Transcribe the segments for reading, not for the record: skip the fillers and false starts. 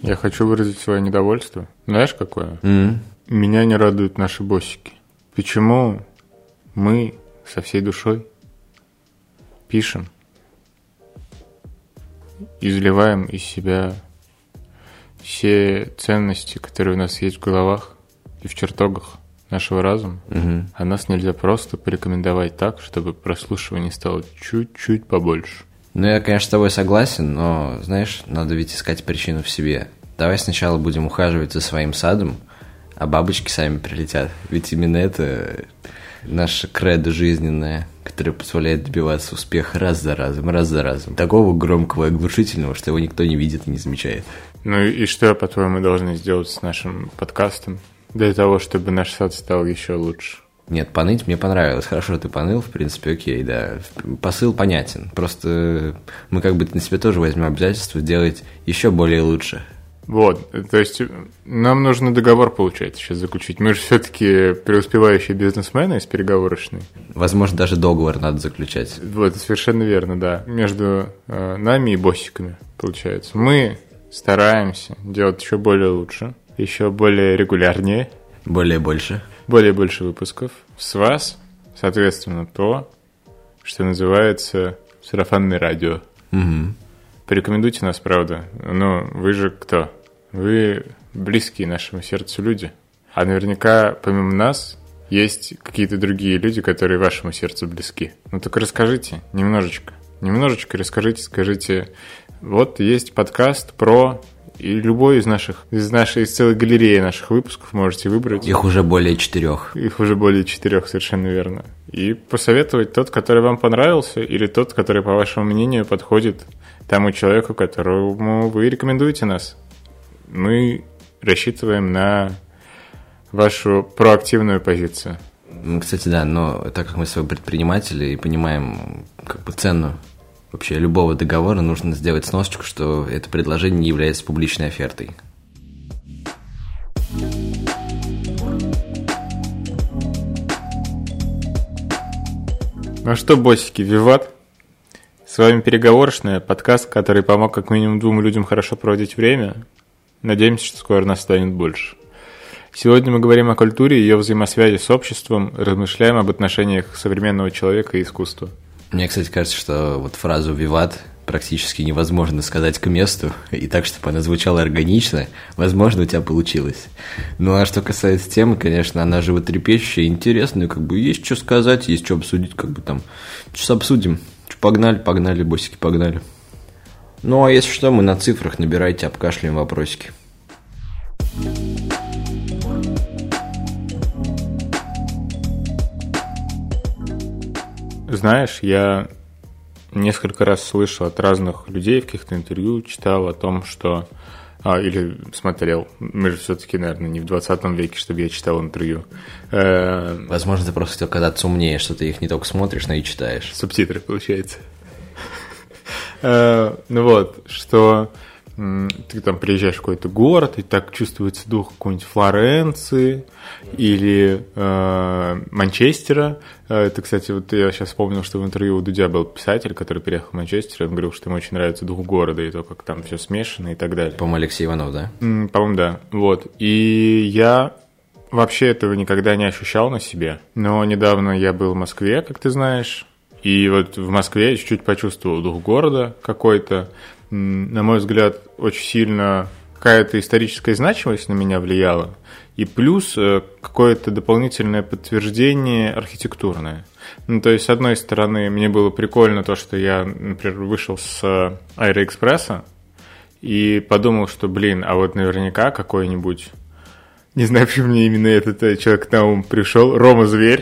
Я хочу выразить свое недовольство. Знаешь, какое? Меня не радуют наши боссики. Почему мы со всей душой пишем, изливаем из себя все ценности, которые у нас есть в головах и в чертогах нашего разума, а нас нельзя просто порекомендовать так, чтобы прослушивание стало чуть-чуть побольше. Ну, я, конечно, с тобой согласен, но, знаешь, надо ведь искать причину в себе. Давай сначала будем ухаживать за своим садом, а бабочки сами прилетят. Ведь именно это наша кредо жизненное, которое позволяет добиваться успеха раз за разом. Такого громкого и оглушительного, что его никто не видит и не замечает. Ну и что, по-твоему, мы должны сделать с нашим подкастом для того, чтобы наш сад стал еще лучше? Нет, поныть мне понравилось. Хорошо, ты поныл, в принципе, окей, да. Посыл понятен. Просто мы как бы на себя тоже возьмем обязательство делать еще более лучше. Вот, то есть нам нужно договор, получается, сейчас заключить. Мы же все-таки преуспевающие бизнесмены из переговорочной. Возможно, даже договор надо заключать. Вот, совершенно верно, да. Между нами и боссиками, получается. Мы стараемся делать еще более лучше, еще более регулярнее. Более больше выпусков. С вас, соответственно, то, что называется сарафанное радио. Угу. Порекомендуйте нас, правда. Но вы же кто? Вы близкие нашему сердцу люди. А наверняка, помимо нас, есть какие-то другие люди, которые вашему сердцу близки. Ну так расскажите немножечко расскажите, скажите. Вот есть подкаст про... И любой из целой галереи наших выпусков можете выбрать. Их уже более 4. Совершенно верно. И посоветовать тот, который вам понравился, или тот, который, по вашему мнению, подходит тому человеку, которому вы рекомендуете нас. Мы рассчитываем на вашу проактивную позицию. Кстати, да, но так как мы с вами предприниматели и понимаем как бы цену вообще любого договора, нужно сделать сносочку, что это предложение не является публичной офертой. Ну что, боссики, виват! С вами переговорочная, подкаст, который помог как минимум 2 людям хорошо проводить время. Надеемся, что скоро нас станет больше. Сегодня мы говорим о культуре и ее взаимосвязи с обществом, размышляем об отношениях современного человека и искусства. Мне, кстати, кажется, что вот фразу «виват» практически невозможно сказать к месту, и так, чтобы она звучала органично. Возможно, у тебя получилось. Ну, а что касается темы, конечно, она животрепещущая, интересная, как бы есть что сказать, есть что обсудить, как бы там. Сейчас обсудим. Погнали, боссики, погнали. Ну, а если что, мы на цифрах, набирайте, обкашляем вопросики. Знаешь, я несколько раз слышал от разных людей в каких-то интервью, читал о том, что... или смотрел. Мы же все-таки, наверное, не в 20 веке, чтобы я читал интервью. Возможно, ты просто хотел казаться умнее, что ты их не только смотришь, но и читаешь. Субтитры, получается. Ну вот, что ты там приезжаешь в какой-то город, и так чувствуется дух какой-нибудь Флоренции или Манчестера. Это, кстати, вот я сейчас вспомнил, что в интервью у Дудя был писатель, который переехал в Манчестер, и он говорил, что ему очень нравится дух города, и то, как там все смешано и так далее. По-моему, Алексей Иванов, да? По-моему, да. Вот. И я вообще этого никогда не ощущал на себе. Но недавно я был в Москве, как ты знаешь, и вот в Москве я чуть-чуть почувствовал дух города какой-то. На мой взгляд, очень сильно какая-то историческая значимость на меня влияла, и плюс какое-то дополнительное подтверждение архитектурное. Ну, то есть, с одной стороны, мне было прикольно то, что я, например, вышел с Аэроэкспресса и подумал, что, а вот наверняка какой-нибудь... Не знаю, почему мне именно этот человек на ум пришел. Рома Зверь.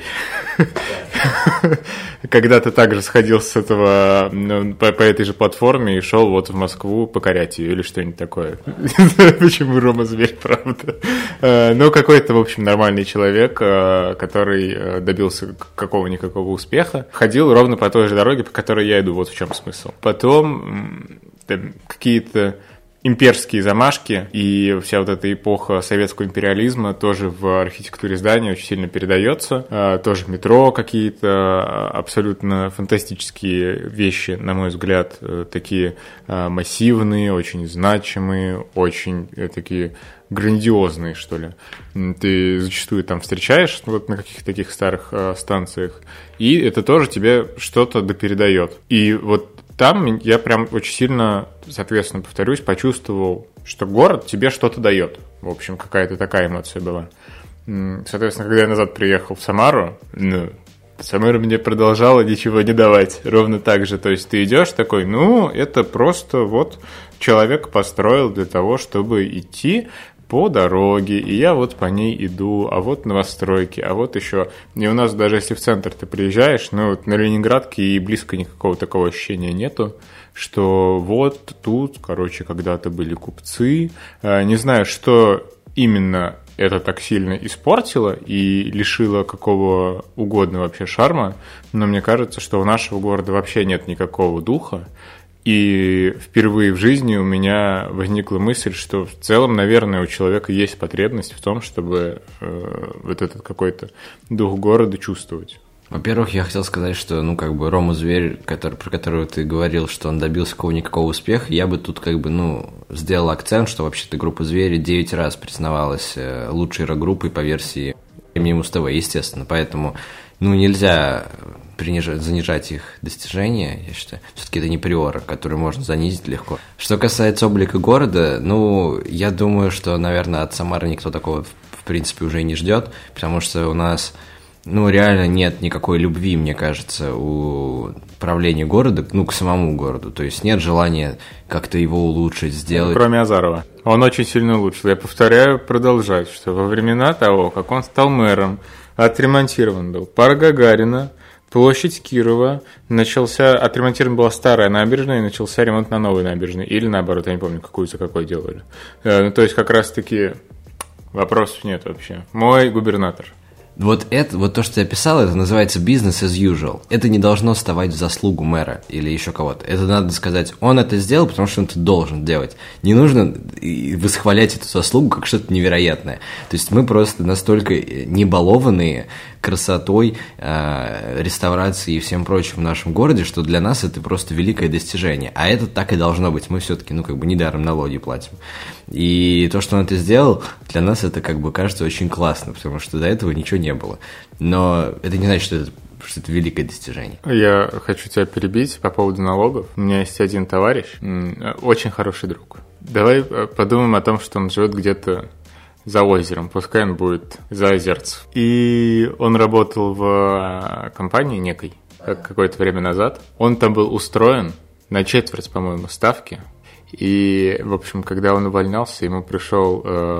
Когда-то также сходил с этого по этой же платформе и шел вот в Москву покорять ее или что-нибудь такое. Не знаю, почему Рома Зверь, правда. Ну, какой-то, в общем, нормальный человек, который добился какого-никакого успеха, ходил ровно по той же дороге, по которой я иду. Вот в чем смысл. Потом какие-то имперские замашки, и вся вот эта эпоха советского империализма тоже в архитектуре здания очень сильно передается. Тоже метро какие-то абсолютно фантастические вещи, на мой взгляд, такие массивные, очень значимые, очень такие грандиозные, что ли. Ты зачастую там встречаешь вот на каких-то таких старых станциях, и это тоже тебе что-то допередает. И вот там я прям очень сильно, соответственно, повторюсь, почувствовал, что город тебе что-то дает. В общем, какая-то такая эмоция была. Соответственно, когда я назад приехал в Самару, Самара мне продолжала ничего не давать. Ровно так же. То есть ты идешь такой, это просто вот человек построил для того, чтобы идти по дороге, и я вот по ней иду, а вот новостройки, а вот еще. И у нас даже если в центр ты приезжаешь, на Ленинградке и близко никакого такого ощущения нету, что вот тут, когда-то были купцы. Не знаю, что именно это так сильно испортило и лишило какого угодно вообще шарма, но мне кажется, что у нашего города вообще нет никакого духа. И впервые в жизни у меня возникла мысль, что в целом, наверное, у человека есть потребность в том, чтобы вот этот какой-то дух города чувствовать. Во-первых, я хотел сказать, что, Рома Зверь, про которого ты говорил, что он добился какого-никакого успеха, я бы тут сделал акцент, что вообще-то группа Звери 9 раз признавалась лучшей рок-группой по версии Муз-ТВ, естественно, поэтому, нельзя занижать их достижения, я считаю. Все-таки это не приора, который можно занизить легко. Что касается облика города, я думаю, что, наверное, от Самары никто такого, в принципе, уже и не ждет, потому что у нас, реально нет никакой любви, мне кажется, у правления города, к самому городу. То есть нет желания как-то его улучшить, сделать. Кроме Азарова. Он очень сильно улучшил. Я повторяю, продолжать, что во времена того, как он стал мэром, отремонтирован был парк Гагарина, площадь Кирова, отремонтирована была старая набережная, и начался ремонт на новой набережной. Или наоборот, я не помню, какую за какой делали. То есть как раз-таки вопросов нет вообще. Мой губернатор. Вот то, что я описал, это называется business as usual. Это не должно вставать в заслугу мэра или еще кого-то. Это надо сказать, он это сделал, потому что он это должен делать. Не нужно восхвалять эту заслугу как что-то невероятное. То есть мы просто настолько не балованные красотой, реставрацией и всем прочим в нашем городе, что для нас это просто великое достижение. А это так и должно быть. Мы все-таки, недаром налоги платим. И то, что он это сделал, для нас это кажется очень классно, потому что до этого ничего не было. Но это не значит, что это великое достижение. Я хочу тебя перебить по поводу налогов. У меня есть один товарищ, очень хороший друг. Давай подумаем о том, что он живет где-то за озером, пускай он будет за озерцем. И он работал в компании некой какое-то время назад. Он там был устроен на четверть, по-моему, ставки. И, в общем, когда он увольнялся, ему пришел,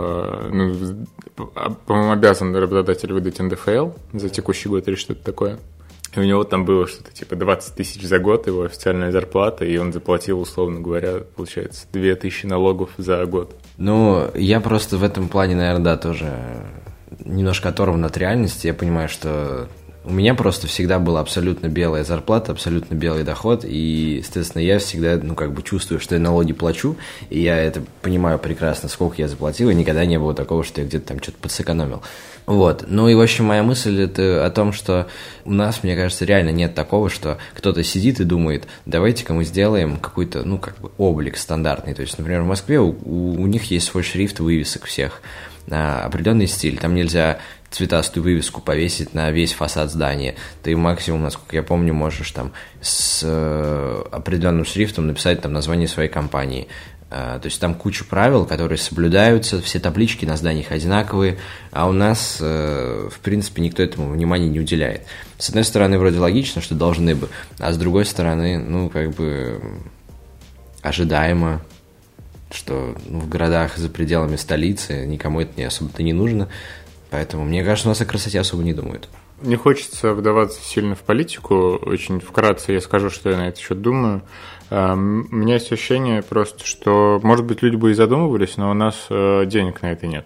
по-моему, обязан работодатель выдать НДФЛ за текущий год или что-то такое. И у него там было что-то типа 20 тысяч за год, его официальная зарплата, и он заплатил, условно говоря, получается, 2000 налогов за год. Я просто в этом плане, наверное, тоже немножко оторван от реальности. Я понимаю, что у меня просто всегда была абсолютно белая зарплата, абсолютно белый доход, и, естественно, я всегда, чувствую, что я налоги плачу, и я это понимаю прекрасно, сколько я заплатил, и никогда не было такого, что я где-то там что-то подсэкономил. Вот. И, в общем, моя мысль это о том, что у нас, мне кажется, реально нет такого, что кто-то сидит и думает, давайте-ка мы сделаем какой-то, облик стандартный. То есть, например, в Москве у них есть свой шрифт вывесок всех, определенный стиль. Там нельзя цветастую вывеску повесить на весь фасад здания. Ты максимум, насколько я помню, можешь там с определенным шрифтом написать там название своей компании. То есть там куча правил, которые соблюдаются, все таблички на зданиях одинаковые, а у нас, в принципе, никто этому внимания не уделяет. С одной стороны, вроде логично, что должны бы, а с другой стороны, ожидаемо, что в городах за пределами столицы никому это особо-то не нужно, поэтому, мне кажется, у нас о красоте особо не думают. Не хочется вдаваться сильно в политику, очень вкратце я скажу, что я на этот счет думаю. У меня есть ощущение просто, что, может быть, люди бы и задумывались, но у нас денег на это нет.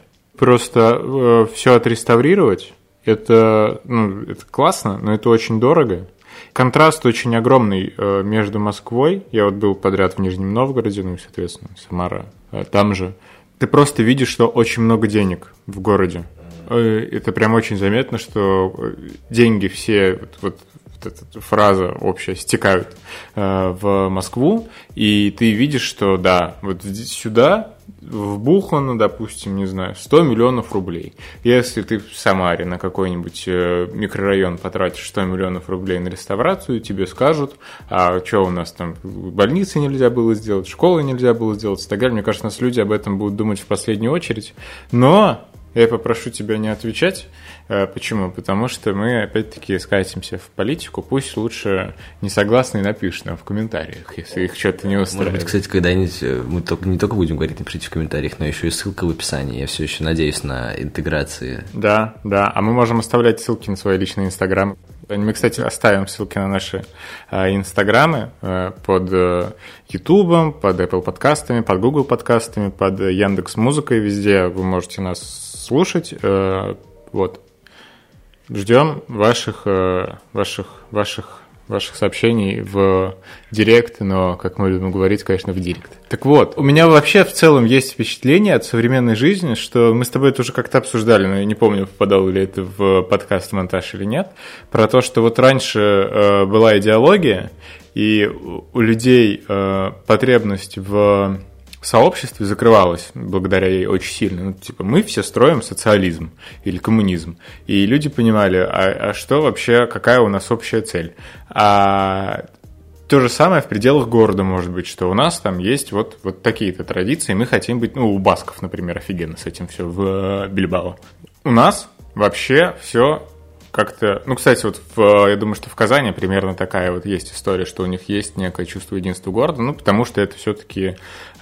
Просто все отреставрировать, это классно, но это очень дорого. Контраст очень огромный между Москвой. Я вот был подряд в Нижнем Новгороде, ну и, соответственно, Самара, там же. Ты просто видишь, что очень много денег в городе. Это прям очень заметно, что деньги все, вот эта фраза общая, стекают в Москву, и ты видишь, что да, вот сюда вбухано, допустим, не знаю, 100 миллионов рублей. Если ты в Самаре на какой-нибудь микрорайон потратишь 100 миллионов рублей на реставрацию, тебе скажут, а что у нас там, больницы нельзя было сделать, школы нельзя было сделать и так далее. Мне кажется, у нас люди об этом будут думать в последнюю очередь. Но я попрошу тебя не отвечать. Почему? Потому что мы опять-таки скатимся в политику. Пусть лучше несогласные напишут нам в комментариях, если их что-то не устраивает. Может быть, кстати, когда-нибудь мы не только будем говорить напишите в комментариях, но еще и ссылка в описании. Я все еще надеюсь на интеграции. Да. А мы можем оставлять ссылки на свои личные инстаграмы. Мы, кстати, оставим ссылки на наши инстаграмы под Ютубом, под Apple подкастами, под Google подкастами, под Яндекс.Музыкой. Везде вы можете нас слушать. Вот. Ждем ваших сообщений в директ, но, как мы любим говорить, конечно, в директ. Так вот, у меня вообще в целом есть впечатление от современной жизни, что мы с тобой это уже как-то обсуждали, но я не помню, попадало ли это в подкаст-монтаж или нет, про то, что вот раньше была идеология, и у людей потребность в сообществе закрывалось благодаря ей очень сильно. Ну, типа, мы все строим социализм или коммунизм. И люди понимали, а что вообще, какая у нас общая цель. А то же самое в пределах города может быть, что у нас там есть вот такие-то традиции, мы хотим быть, ну, у басков, например, офигенно с этим все в Бильбао. У нас вообще все как-то... Ну, кстати, вот я думаю, что в Казани примерно такая вот есть история, что у них есть некое чувство единства города, ну, потому что это все-таки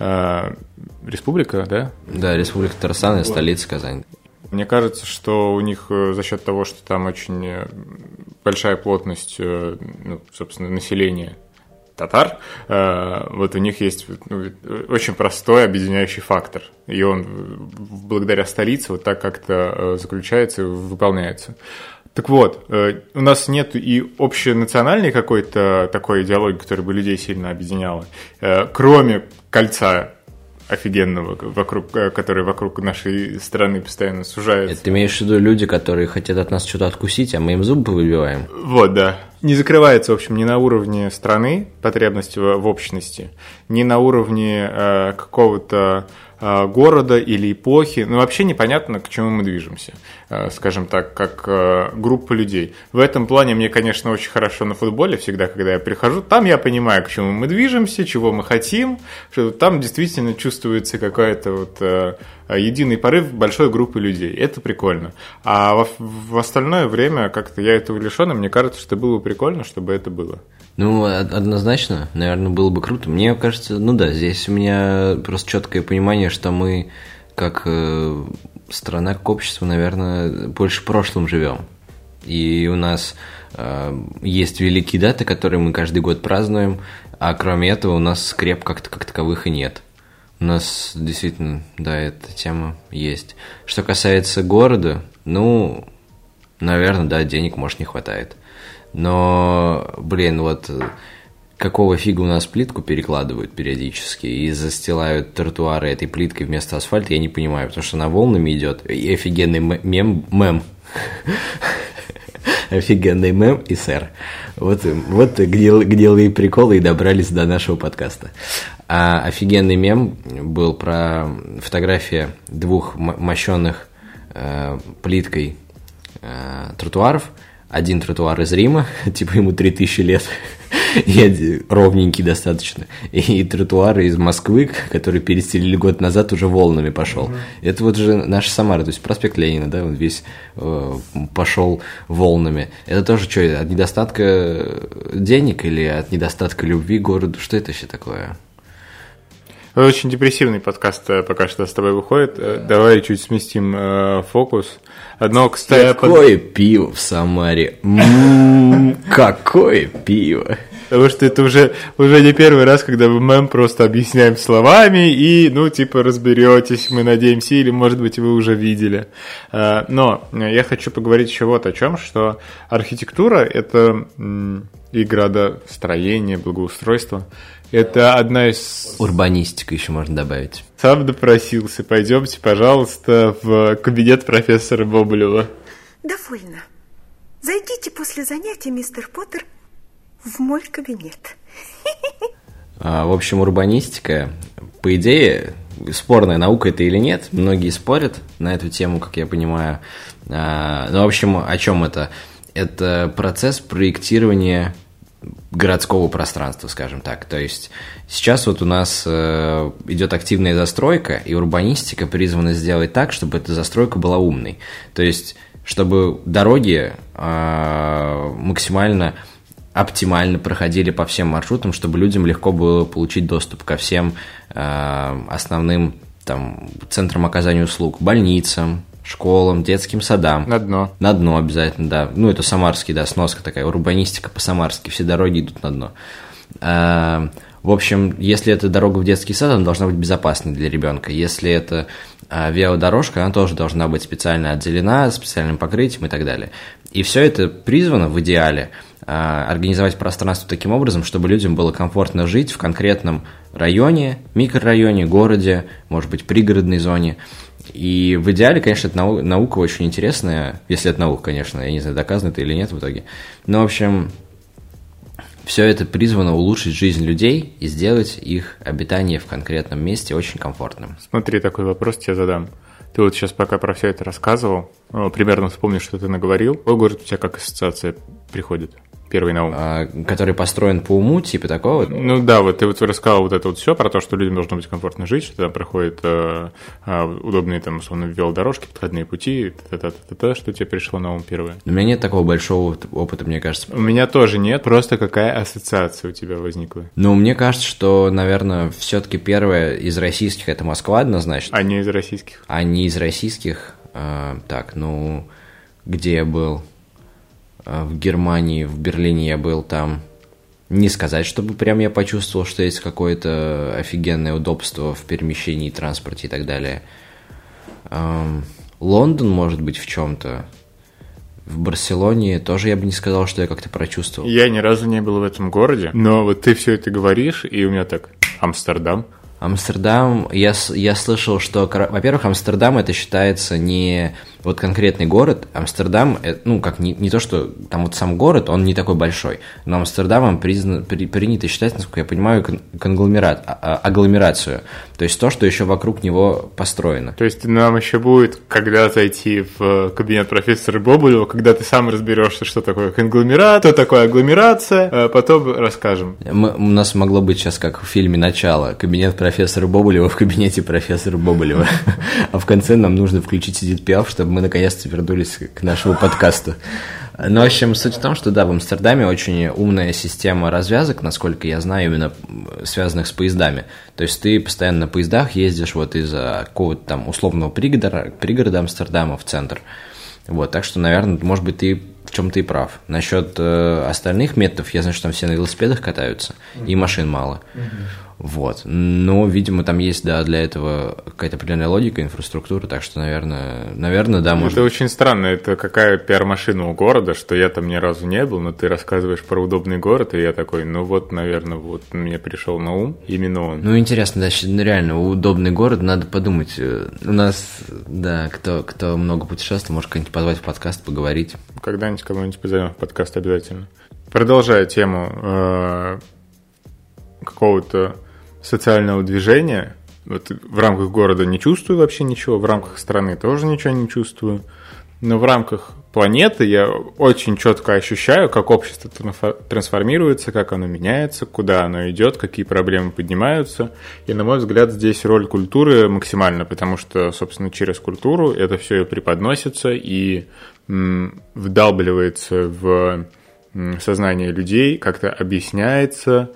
республика, да? Да, республика Татарстан и столица Казань. Мне кажется, что у них за счет того, что там очень большая плотность, ну, собственно, населения татар, вот у них есть очень простой объединяющий фактор, и он благодаря столице вот так как-то заключается и выполняется. Так вот, у нас нет и общенациональной какой-то такой идеологии, которая бы людей сильно объединяла, кроме кольца офигенного, который вокруг нашей страны постоянно сужается. Это ты имеешь в виду люди, которые хотят от нас что-то откусить, а мы им зубы выбиваем? Вот, да. Не закрывается, в общем, ни на уровне страны потребности в общности, ни на уровне какого-то города или эпохи. Ну, вообще непонятно, к чему мы движемся, скажем так, как группа людей. В этом плане мне, конечно, очень хорошо на футболе всегда, когда я прихожу, там я понимаю, к чему мы движемся, чего мы хотим, что там действительно чувствуется какая-то вот единый порыв большой группы людей. Это прикольно. А в остальное время как-то я этого лишён, и мне кажется, что было бы прикольно, чтобы это было. Ну, однозначно, наверное, было бы круто. Мне кажется, ну да, здесь у меня просто четкое понимание, что мы, как страна, как общество, наверное, больше в прошлом живем. И у нас есть великие даты, которые мы каждый год празднуем, а кроме этого у нас скреп как таковых и нет. У нас действительно, да, эта тема есть. Что касается города, ну, наверное, да, денег, может, не хватает. Но, блин, вот какого фига у нас плитку перекладывают периодически и застилают тротуары этой плиткой вместо асфальта, я не понимаю, потому что она волнами идет. И офигенный мем. Офигенный мем и сэр. Вот где приколы и добрались до нашего подкаста. А офигенный мем был про фотография двух мощенных плиткой тротуаров. Один тротуар из Рима, типа ему 3000 лет, и ровненький достаточно. И тротуар из Москвы, который перестелили год назад, уже волнами пошел. Это вот же наша Самара, то есть проспект Ленина, да, он весь пошел волнами. Это тоже что, от недостатка денег или от недостатка любви к городу? Что это вообще такое? Очень депрессивный подкаст пока что с тобой выходит. Давай чуть сместим фокус. Одно, кстати... Какое пиво в Самаре? Какое пиво! Потому что это уже не первый раз, когда мы мем просто объясняем словами и, ну, типа, разберетесь, мы надеемся, или, может быть, вы уже видели. Но я хочу поговорить еще вот о чем, что архитектура – это и градостроение, благоустройство. Это одна из... Урбанистика еще можно добавить. Сам допросился. Пойдемте, пожалуйста, в кабинет профессора Боболева. Довольно. Зайдите после занятий, мистер Поттер, в мой кабинет. В общем, урбанистика, по идее, спорная наука это или нет. Многие спорят на эту тему, как я понимаю. Ну, в общем, о чем это? Это процесс проектирования городского пространства, скажем так. То есть сейчас вот у нас идет активная застройка, и урбанистика призвана сделать так, чтобы эта застройка была умной. То есть чтобы дороги максимально оптимально проходили по всем маршрутам, чтобы людям легко было получить доступ ко всем основным там, центрам оказания услуг, больницам, школам, детским садам. На дно. На дно обязательно, да. Ну, это самарский, да, сноска такая, урбанистика по-самарски, все дороги идут на дно. В общем, если это дорога в детский сад, она должна быть безопасной для ребенка. Если это велодорожка, она тоже должна быть специально отделена, специальным покрытием и так далее. И все это призвано в идеале организовать пространство таким образом, чтобы людям было комфортно жить в конкретном районе, микрорайоне, городе, может быть, пригородной зоне. И в идеале, конечно, это наука очень интересная, если это наука, конечно, я не знаю, доказано это или нет в итоге. Но, в общем, все это призвано улучшить жизнь людей и сделать их обитание в конкретном месте очень комфортным. Смотри, такой вопрос тебе задам. Ты вот сейчас пока про все это рассказывал, примерно вспомнишь, что ты наговорил. Какой город у тебя как ассоциация приходит? Первый на ум. Который построен по уму, типа такого? Ну да, вот ты вот рассказал вот это вот все про то, что людям должно быть комфортно жить, что там проходят удобные там, условно, велодорожки, подходные пути, что тебе пришло на ум первое? У меня нет такого большого опыта, мне кажется. У меня тоже нет, просто какая ассоциация у тебя возникла? Ну, мне кажется, что, наверное, все-таки первое из российских – это Москва однозначно. А не из российских? А не из российских? Так, ну, где я был? В Германии, в Берлине я был там. Не сказать, чтобы прям я почувствовал, что есть какое-то офигенное удобство в перемещении, транспорте и так далее. Лондон, может быть, в чем-то. В Барселоне тоже я бы не сказал, что я как-то прочувствовал. Я ни разу не был в этом городе, но вот ты все это говоришь, и у меня так, Амстердам. Амстердам, я слышал, что, во-первых, Амстердам это считается не вот конкретный город. Амстердам, ну, как не то, что там вот сам город, он не такой большой, но Амстердамом принято считать, насколько я понимаю, агломерацию. То есть то, что еще вокруг него построено. То есть нам еще будет, когда зайти в кабинет профессора Боболева, когда ты сам разберешься, что такое конгломерат, что такое агломерация, потом расскажем. У нас могло быть сейчас, как в фильме «Начало», кабинет профессора Боболева в кабинете профессора Боболева. А в конце нам нужно включить Эдит Пиаф, чтобы мы наконец-то вернулись к нашему подкасту. Ну, в общем, суть в том, что да, в Амстердаме очень умная система развязок, насколько я знаю, именно связанных с поездами. То есть ты постоянно на поездах ездишь вот из какого-то там условного пригорода Амстердама в центр. Вот, так что, наверное, может быть, ты в чем-то и прав. Насчет остальных методов, я знаю, что там все на велосипедах катаются, и машин мало. Вот. Но, видимо, там есть, да, для этого какая-то определенная логика, инфраструктура, так что, наверное, да, может. Это очень странно, это какая пиар-машина у города, что я там ни разу не был, но ты рассказываешь про удобный город, и я такой, ну вот, наверное, вот мне пришел на ум именно он. Ну, интересно, значит, реально, удобный город, надо подумать. У нас, да, кто много путешествует, может кого-нибудь позвать в подкаст, поговорить. Когда-нибудь кого-нибудь позовем в подкаст обязательно. Продолжая тему какого-то социального движения, вот в рамках города не чувствую вообще ничего, в рамках страны тоже ничего не чувствую, но в рамках планеты я очень четко ощущаю, как общество трансформируется, как оно меняется, куда оно идет, какие проблемы поднимаются. И, на мой взгляд, здесь роль культуры максимальна, потому что, собственно, через культуру это все и преподносится и вдалбливается в сознание людей, как-то объясняется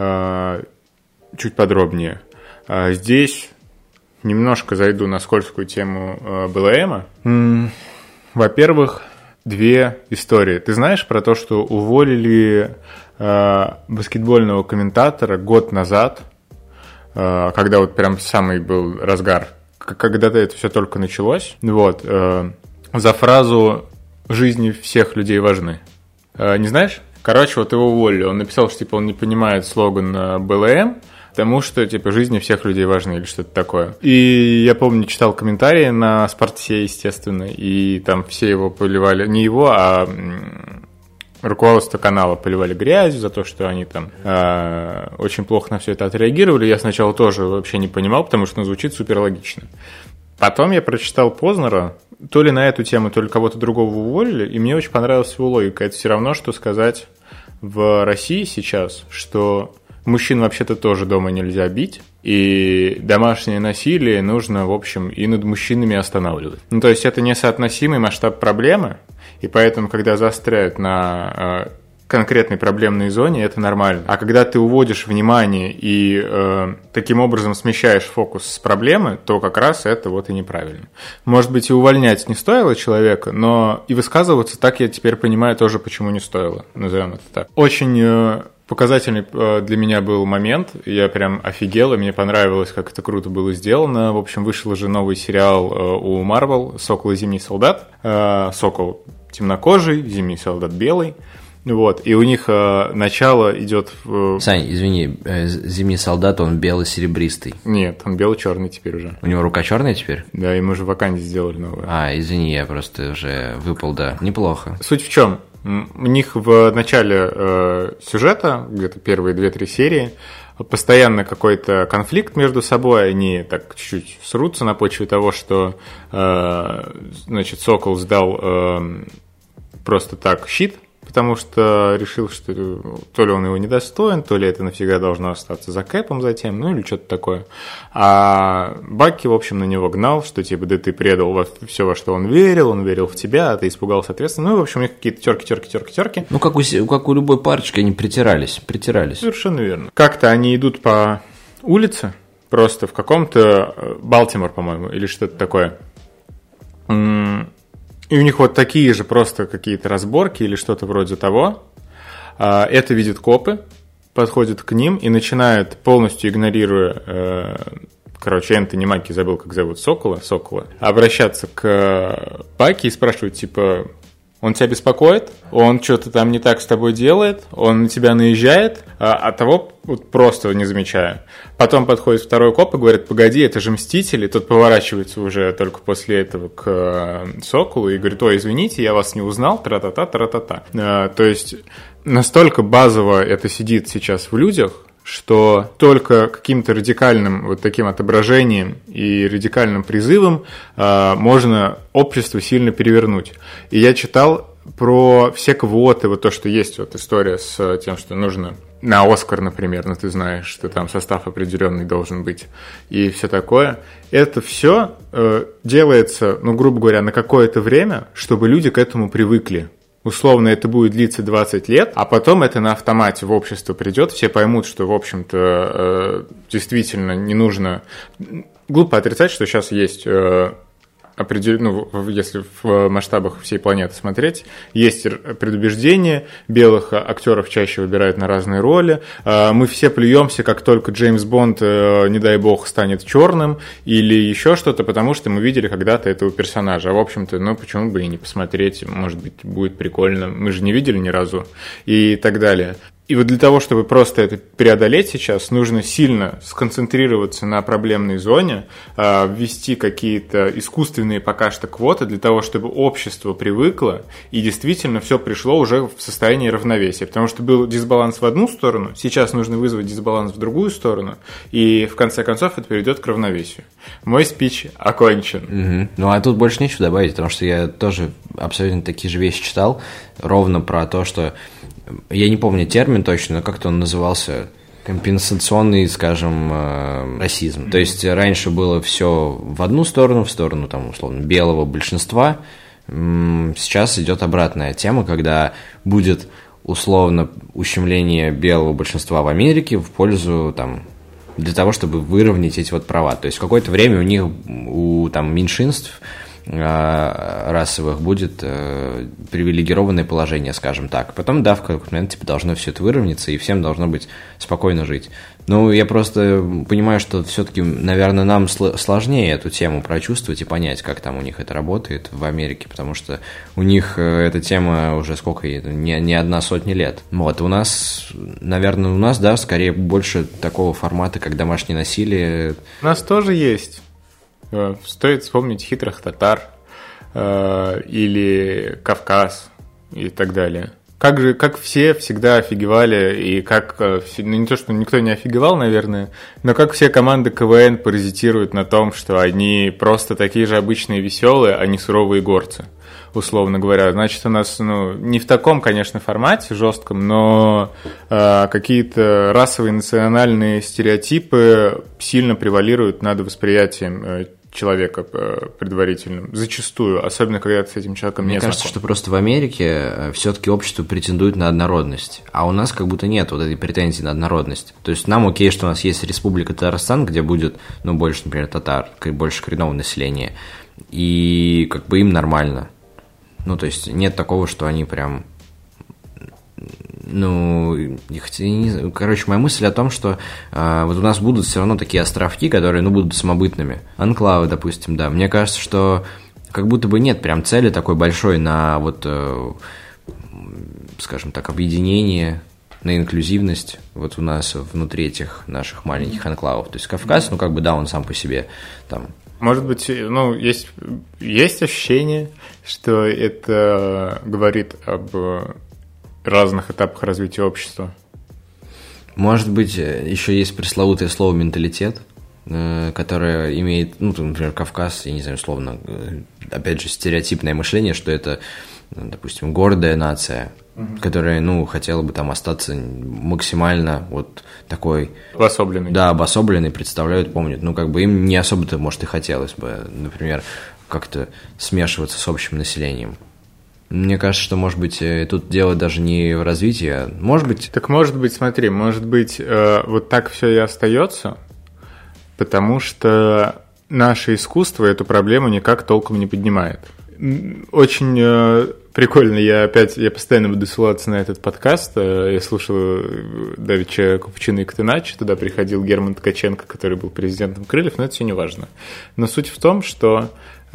чуть подробнее. Здесь немножко зайду на скользкую тему БЛМа. Во-первых, две истории. Ты знаешь про то, что уволили баскетбольного комментатора год назад, когда вот прям самый был разгар, когда-то это все только началось, вот, за фразу «жизни всех людей важны». Не знаешь? Короче, вот его уволили. Он написал, что типа он не понимает слоган БЛМ, потому что, типа, жизни всех людей важны или что-то такое. И я помню, читал комментарии на Спорте, естественно, и там все его поливали, не его, а руководство канала поливали грязью за то, что они там очень плохо на все это отреагировали. Я сначала тоже вообще не понимал, потому что звучит супер логично. Потом я прочитал Познера, то ли на эту тему, то ли кого-то другого уволили, и мне очень понравилась его логика. Это все равно, что сказать в России сейчас, что мужчин вообще-то тоже дома нельзя бить, и домашнее насилие нужно, в общем, и над мужчинами останавливать. Ну, то есть это несоотносимый масштаб проблемы, и поэтому, когда заостряют на конкретной проблемной зоне, это нормально. А когда ты уводишь внимание и таким образом смещаешь фокус с проблемы, то как раз это вот и неправильно. Может быть, и увольнять не стоило человека, но и высказываться так, я теперь понимаю тоже, почему не стоило. Назовем это так. Очень показательный для меня был момент, я прям офигел, и мне понравилось, как это круто было сделано. В общем, вышел уже новый сериал у Marvel «Сокол и Зимний солдат». Сокол темнокожий, Зимний солдат белый. Вот, и у них начало идет в... Сань, извини, Зимний солдат, он бело-серебристый. Нет, он бело-черный теперь уже. У него рука черная теперь? Да, и мы же в Ваканде сделали новую. Извини, я просто уже выпал, да. Неплохо. Суть в чем? У них в начале сюжета, где-то первые 2-3 серии, постоянно какой-то конфликт между собой, они так чуть-чуть срутся на почве того, что, значит, Сокол сдал просто так щит, потому что решил, что то ли он его недостоин, то ли это навсегда должно остаться за Кэпом затем, ну или что-то такое. А Баки, в общем, на него гнал, что типа, да ты предал все, во что он верил в тебя, а ты испугался ответственно. Ну и, в общем, у них какие-то терки. Ну, как у любой парочки, они притирались. Совершенно верно. Как-то они идут по улице, просто в каком-то Балтимор, по-моему, или что-то такое. И у них вот такие же просто какие-то разборки или что-то вроде того. Это видят копы, подходят к ним и начинают, полностью игнорируя, Энтони Маки, забыл, как зовут, Сокола, обращаться к Баки и спрашивать, типа, он тебя беспокоит, он что-то там не так с тобой делает, он на тебя наезжает, а того вот просто не замечая. Потом подходит второй коп и говорит, погоди, это же Мстители. Тот поворачивается уже только после этого к Соколу и говорит, ой, извините, я вас не узнал, тра-та-та. То есть настолько базово это сидит сейчас в людях, что только каким-то радикальным вот таким отображением и радикальным призывом можно общество сильно перевернуть. И я читал про все квоты, вот то, что есть вот история с тем, что нужно на Оскар, например, ну ты знаешь, что там состав определенный должен быть и все такое. Это все делается, ну, грубо говоря, на какое-то время, чтобы люди к этому привыкли. Условно, это будет длиться 20 лет, а потом это на автомате в общество придет, все поймут, что, в общем-то, действительно не нужно... Глупо отрицать, что сейчас есть... если в масштабах всей планеты смотреть, есть предубеждение, белых актеров чаще выбирают на разные роли, мы все плюемся, как только Джеймс Бонд, не дай бог, станет черным или еще что-то, потому что мы видели когда-то этого персонажа, а в общем-то, ну почему бы и не посмотреть, может быть, будет прикольно, мы же не видели ни разу и так далее. И вот для того, чтобы просто это преодолеть сейчас, нужно сильно сконцентрироваться на проблемной зоне, ввести какие-то искусственные пока что квоты для того, чтобы общество привыкло и действительно все пришло уже в состояние равновесия. Потому что был дисбаланс в одну сторону, сейчас нужно вызвать дисбаланс в другую сторону, и в конце концов это приведет к равновесию. Мой спич окончен. Угу. Ну а тут больше нечего добавить, потому что я тоже абсолютно такие же вещи читал, ровно про то, что... Я не помню термин точно, но как-то он назывался компенсационный, скажем, расизм. То есть раньше было все в одну сторону, в сторону, там, условно, белого большинства. Сейчас идет обратная тема, когда будет условно ущемление белого большинства в Америке в пользу, там, для того, чтобы выровнять эти вот права. То есть в какое-то время у них, у там, меньшинств расовых будет привилегированное положение, скажем так. Потом, да, в какой-то момент типа, должно все это выровняться, и всем должно быть спокойно жить. Ну, я просто понимаю, что все-таки, наверное, нам сложнее эту тему прочувствовать и понять, как там у них это работает в Америке, потому что у них эта тема уже сколько, не одна сотня лет. Вот, у нас, наверное, да, скорее больше такого формата, как домашнее насилие. У нас тоже есть. Стоит вспомнить хитрых татар или Кавказ и так далее. Как все всегда офигевали, и как, ну не то, что никто не офигевал, наверное, но как все команды КВН паразитируют на том, что они просто такие же обычные веселые, а не суровые горцы, условно говоря. Значит, у нас, не в таком, конечно, формате жестком, но какие-то расовые национальные стереотипы сильно превалируют над восприятием человека предварительным, зачастую, особенно когда ты с этим человеком не знаком. Мне кажется, что просто в Америке все-таки общество претендует на однородность, а у нас как будто нет вот этой претензии на однородность. То есть нам окей, что у нас есть Республика Татарстан, где будет, больше, например, татар, больше коренного населения, и как бы им нормально. То есть нет такого, что они прям... моя мысль о том, что вот у нас будут все равно такие островки, которые, будут самобытными. Анклавы, допустим, да. Мне кажется, что как будто бы нет прям цели такой большой на вот, скажем так, объединение, на инклюзивность вот у нас внутри этих наших маленьких анклавов. То есть Кавказ, он сам по себе там... Может быть, есть ощущение, что это говорит об разных этапах развития общества. Может быть, еще есть пресловутое слово «менталитет», которое имеет, например, Кавказ, я не знаю, условно, опять же, стереотипное мышление, что это, допустим, гордая нация, которая, хотела бы там остаться максимально вот такой... Обособленной. Да, обособленной, представляют, помнят. Им не особо-то, может, и хотелось бы, например, как-то смешиваться с общим населением. Мне кажется, что, может быть, тут дело даже не в развитии, а может быть... Так может быть, смотри, вот так все и остается, потому что наше искусство эту проблему никак толком не поднимает. Очень прикольно, я постоянно буду ссылаться на этот подкаст. Я слушал давеча Купчино и Ктынач, туда приходил Герман Ткаченко, который был президентом Крыльев, но это все не важно. Но суть в том, что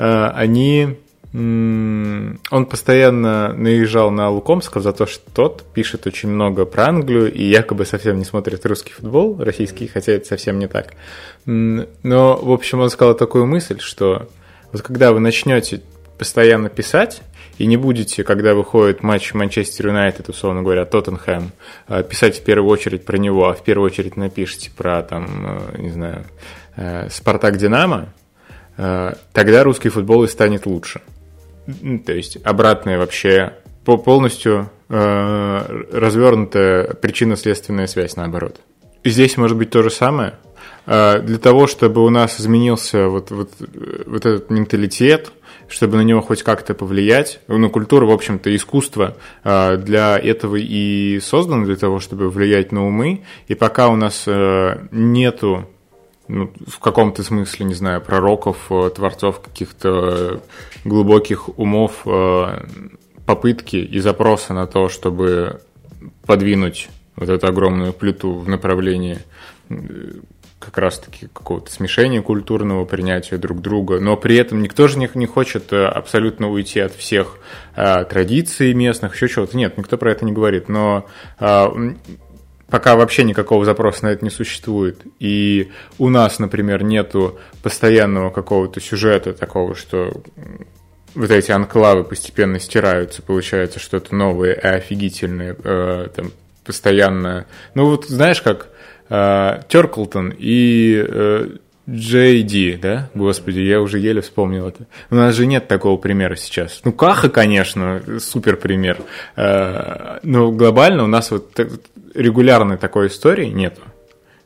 он постоянно наезжал на Лукомского за то, что тот пишет очень много про Англию и якобы совсем не смотрит русский футбол, российский, хотя это совсем не так. Но, в общем, он сказал такую мысль, что вот когда вы начнете постоянно писать и не будете, когда выходит матч Манчестер Юнайтед, условно говоря, Тоттенхэм, писать в первую очередь про него, а в первую очередь напишите про, не знаю, Спартак Динамо, тогда русский футбол и станет лучше. То есть обратная вообще полностью развернутая причинно-следственная связь, наоборот. И здесь может быть то же самое. Для того, чтобы у нас изменился вот этот менталитет, чтобы на него хоть как-то повлиять, культура, в общем-то, искусство для этого и создано, для того, чтобы влиять на умы, и пока у нас нету в каком-то смысле, не знаю, пророков, творцов каких-то глубоких умов, попытки и запроса на то, чтобы подвинуть вот эту огромную плиту в направлении как раз-таки какого-то смешения культурного, принятия друг друга, но при этом никто же не хочет абсолютно уйти от всех традиций местных, еще чего-то. Нет, никто про это не говорит, но... Пока вообще никакого запроса на это не существует, и у нас, например, нету постоянного какого-то сюжета такого, что вот эти анклавы постепенно стираются, получается что-то новое и офигительное, там, постоянно... знаешь, как Тёрклтон и Джей Ди, да? Господи, я уже еле вспомнил это. У нас же нет такого примера сейчас. Каха, конечно, супер пример. Но глобально у нас вот регулярной такой истории нету,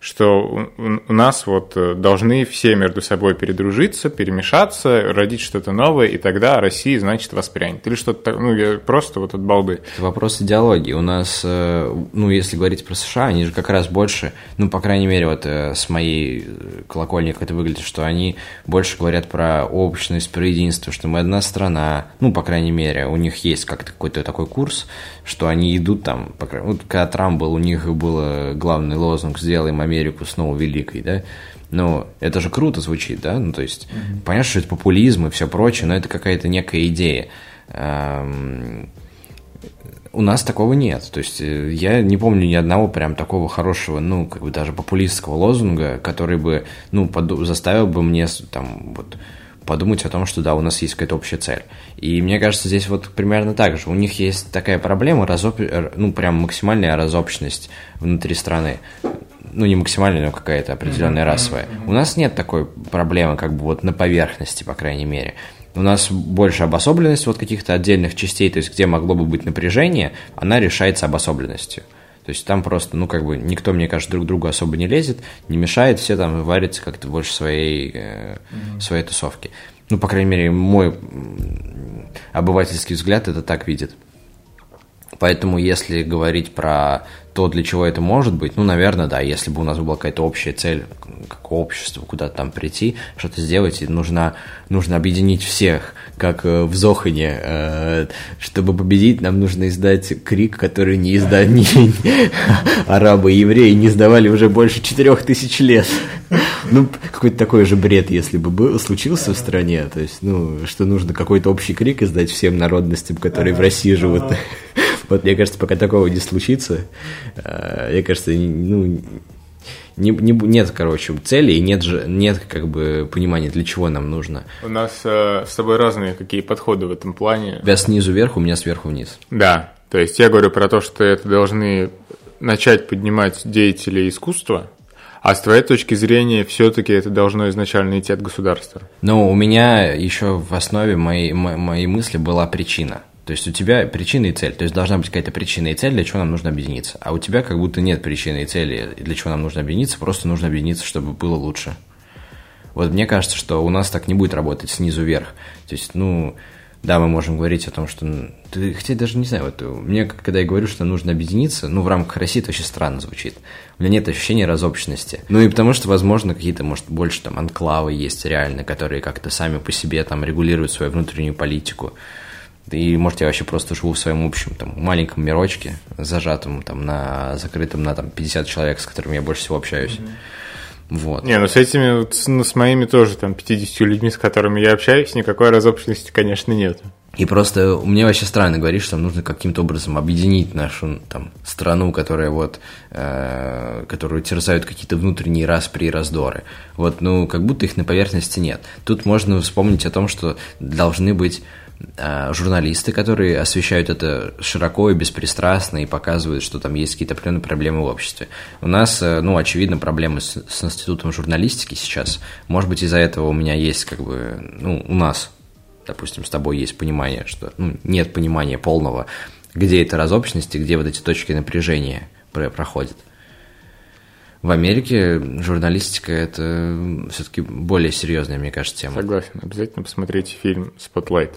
что у нас вот должны все между собой передружиться, перемешаться, родить что-то новое, и тогда Россия, значит, воспрянет. Или что-то, я просто вот от балды. Это вопрос идеологии. У нас, если говорить про США, они же как раз больше, по крайней мере, вот с моей колокольни как это выглядит, что они больше говорят про общность, про единство, что мы одна страна, по крайней мере, у них есть как-то какой-то такой курс, что они идут там, когда Трамп был, у них был главный лозунг «Сделаем Америку снова великой», да, это же круто звучит, да, то есть, понятно, что это популизм и все прочее, но это какая-то некая идея. У нас такого нет, то есть, я не помню ни одного прям такого хорошего, даже популистского лозунга, который бы, заставил бы мне там, подумать о том, что да, у нас есть какая-то общая цель. И мне кажется, здесь вот примерно так же. У них есть такая проблема, прям максимальная разобщенность внутри страны. Не максимальная, но какая-то определенная расовая. У нас нет такой проблемы, на поверхности, по крайней мере. У нас больше обособленность каких-то отдельных частей, то есть где могло бы быть напряжение, она решается обособленностью. То есть там просто, никто, мне кажется, друг другу особо не лезет, не мешает, все там варятся как-то больше своей тусовки. По крайней мере, мой обывательский взгляд это так видит. Поэтому, если говорить про то, для чего это может быть, наверное, да, если бы у нас была какая-то общая цель, как общество, куда-то там прийти, что-то сделать, и нужно объединить всех, как в Зохане. Чтобы победить, нам нужно издать крик, который не издали арабы и евреи, не издавали уже больше 4000 лет. Какой-то такой же бред, если бы случился в стране, то есть, что нужно какой-то общий крик издать всем народностям, которые в России живут. Мне кажется, пока такого не случится, мне кажется, нет, цели и нет понимания, для чего нам нужно. У нас с тобой разные какие подходы в этом плане. У тебя снизу вверх, у меня сверху вниз. Да, то есть я говорю про то, что это должны начать поднимать деятели искусства, а с твоей точки зрения все-таки это должно изначально идти от государства. У меня еще в основе моей мысли была причина. То есть у тебя причина и цель, то есть должна быть какая-то причина и цель, для чего нам нужно объединиться. А у тебя как будто нет причины и цели, для чего нам нужно объединиться, просто нужно объединиться, чтобы было лучше. Мне кажется, что у нас так не будет работать снизу вверх. То есть, да, мы можем говорить о том, что... Хотя даже не знаю, мне, когда я говорю, что нужно объединиться, в рамках России это очень странно звучит. У меня нет ощущения разобщенности. И потому что, возможно, какие-то, может, больше там анклавы есть реально, которые как-то сами по себе там регулируют свою внутреннюю политику. И, может, я вообще просто живу в своем общем маленьком мирочке, зажатом закрытом на 50 человек, с которыми я больше всего общаюсь. С этими, с моими тоже 50 людьми, с которыми я общаюсь, никакой разобщенности, конечно, нет. И просто мне вообще странно говорить, что нам нужно каким-то образом объединить нашу страну, которую терзают какие-то внутренние распри и раздоры. Как будто их на поверхности нет. Тут можно вспомнить о том, что должны быть журналисты, которые освещают это широко и беспристрастно и показывают, что там есть какие-то определенные проблемы в обществе. У нас, очевидно, проблемы с институтом журналистики сейчас. Может быть, из-за этого у меня есть у нас, допустим, с тобой есть понимание, что нет понимания полного, где эта разобщенность и где эти точки напряжения проходят. В Америке журналистика – это все-таки более серьезная, мне кажется, тема. Согласен. Обязательно посмотрите фильм «Спотлайт».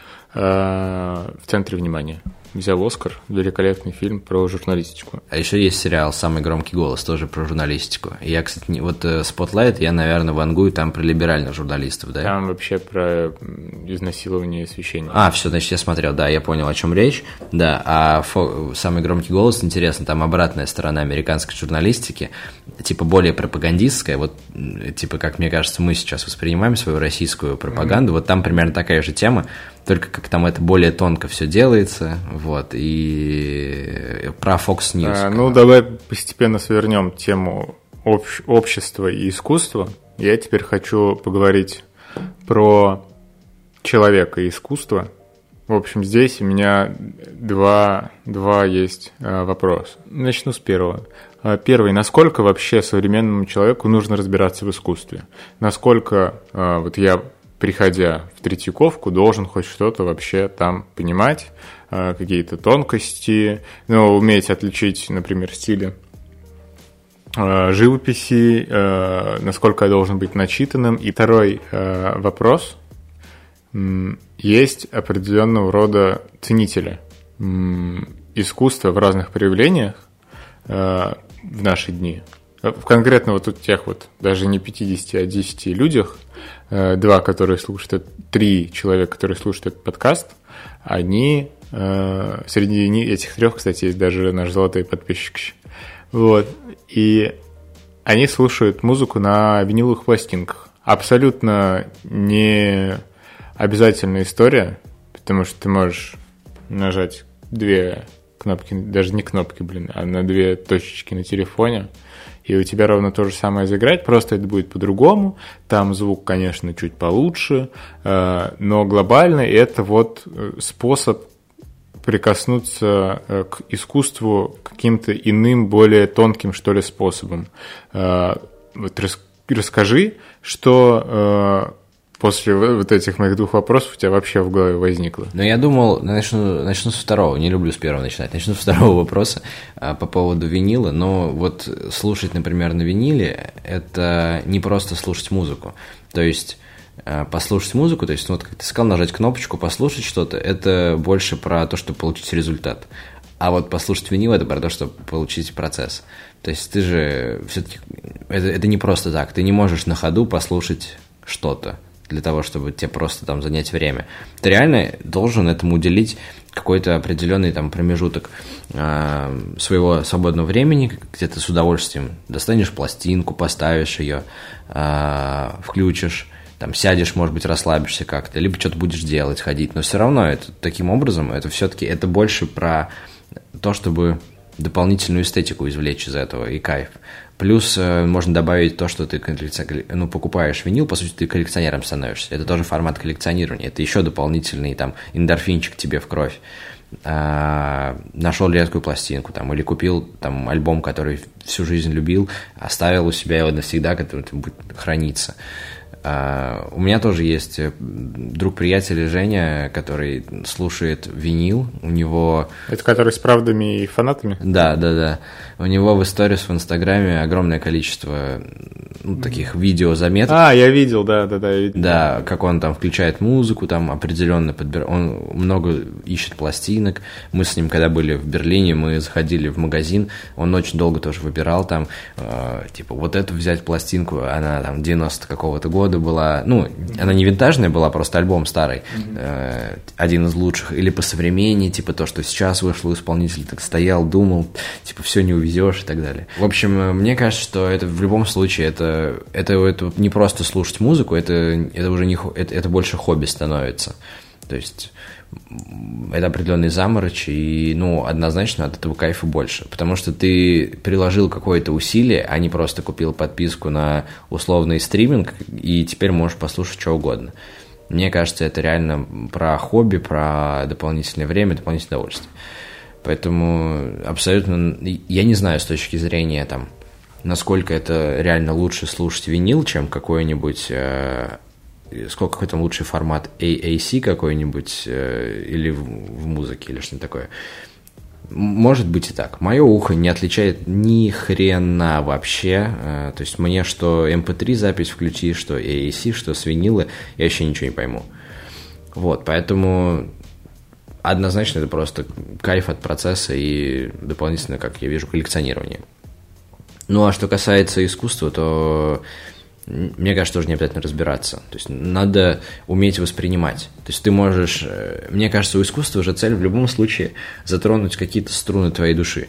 В центре внимания. Взял Оскар, великолепный фильм про журналистику. А еще есть сериал «Самый громкий голос», тоже про журналистику. Я, кстати, «Спотлайт», я, наверное, вангую там про либеральных журналистов, да? Там вообще про изнасилование священника. Все, значит, я смотрел, да, я понял, о чем речь. Да, а «Самый громкий голос», интересно, там обратная сторона американской журналистики, более пропагандистская, как мне кажется, мы сейчас воспринимаем свою российскую пропаганду, там примерно такая же тема, только как там это более тонко все делается, и про Fox News. Давай постепенно свернем тему общества и искусства. Я теперь хочу поговорить про человека и искусство. В общем, здесь у меня два есть вопроса. Начну с первого. Первый. Насколько вообще современному человеку нужно разбираться в искусстве? Насколько я, приходя в Третьяковку, должен хоть что-то вообще там понимать, какие-то тонкости, уметь отличить, например, стили живописи, насколько я должен быть начитанным. И второй вопрос. Есть определенного рода ценители искусства в разных проявлениях в наши дни. Конкретно вот у тех вот даже не 50, а 10 людях, 2, которые слушают, 3 человека, которые слушают этот подкаст, они, среди этих 3, кстати, есть даже наш золотой подписчик. Вот. И они слушают музыку на виниловых пластинках. Абсолютно не обязательная история, потому что ты можешь нажать 2 кнопки, даже не кнопки, а на 2 точечки на телефоне, и у тебя ровно то же самое заиграть, просто это будет по-другому. Там звук, конечно, чуть получше, но глобально это вот способ прикоснуться к искусству каким-то иным, более тонким, что ли, способом. Вот расскажи, что после вот этих моих 2 вопросов у тебя вообще в голове возникло. Ну, я думал, начну с второго, не люблю с первого начинать, начну с второго вопроса по поводу винила, но вот слушать, например, на виниле, это не просто слушать музыку, то есть послушать музыку, то есть, ну, вот как ты сказал, нажать кнопочку, послушать что-то, это больше про то, чтобы получить результат. А вот послушать винил – это про то, чтобы получить процесс. То есть ты же все-таки… Это не просто так. Ты не можешь на ходу послушать что-то для того, чтобы тебе просто там занять время. Ты реально должен этому уделить какой-то определенный там промежуток своего свободного времени, где ты с удовольствием достанешь пластинку, поставишь ее, включишь, там сядешь, может быть, расслабишься как-то, либо что-то будешь делать, ходить, но все равно это таким образом, это все-таки это больше про то, чтобы дополнительную эстетику извлечь из этого и кайф. Плюс можно добавить то, что ты покупаешь винил, по сути, ты коллекционером становишься. Это тоже формат коллекционирования, это еще дополнительный там эндорфинчик тебе в кровь. Нашел редкую пластинку там, или купил там альбом, который всю жизнь любил, оставил у себя его навсегда, который будет храниться. У меня тоже есть друг-приятель Женя, который слушает винил. У него… Это который с правдами и фанатами? Да. У него в сторис в Инстаграме огромное количество таких видеозаметок. Я видел, да. Да, как он там включает музыку, там определенно он много ищет пластинок. Мы с ним, когда были в Берлине, мы заходили в магазин, он очень долго тоже выбирал там, типа, вот эту взять пластинку, она там 90 какого-то года была, она не винтажная была, просто альбом старый, один из лучших, или по современнее, типа то, что сейчас вышло у исполнителя, так стоял, думал, типа все не увезешь и так далее. В общем, мне кажется, что это в любом случае, это не просто слушать музыку, это уже не, это больше хобби становится, то есть это определенный заморочь, и, однозначно от этого кайфа больше, потому что ты приложил какое-то усилие, а не просто купил подписку на условный стриминг, и теперь можешь послушать что угодно. Мне кажется, это реально про хобби, про дополнительное время, дополнительное удовольствие. Поэтому абсолютно, я не знаю с точки зрения, там, насколько это реально лучше слушать винил, чем какой-нибудь… Сколько там лучший формат AAC какой-нибудь или в музыке, или что-нибудь такое. Может быть и так. Мое ухо не отличает ни хрена вообще. То есть мне что MP3 запись включи, что AAC, что с винила, я вообще ничего не пойму. Вот, поэтому однозначно это просто кайф от процесса и дополнительно, как я вижу, коллекционирование. Ну, а что касается искусства, то… Мне кажется, тоже не обязательно разбираться. То есть надо уметь воспринимать. То есть ты можешь… Мне кажется, у искусства уже цель в любом случае затронуть какие-то струны твоей души.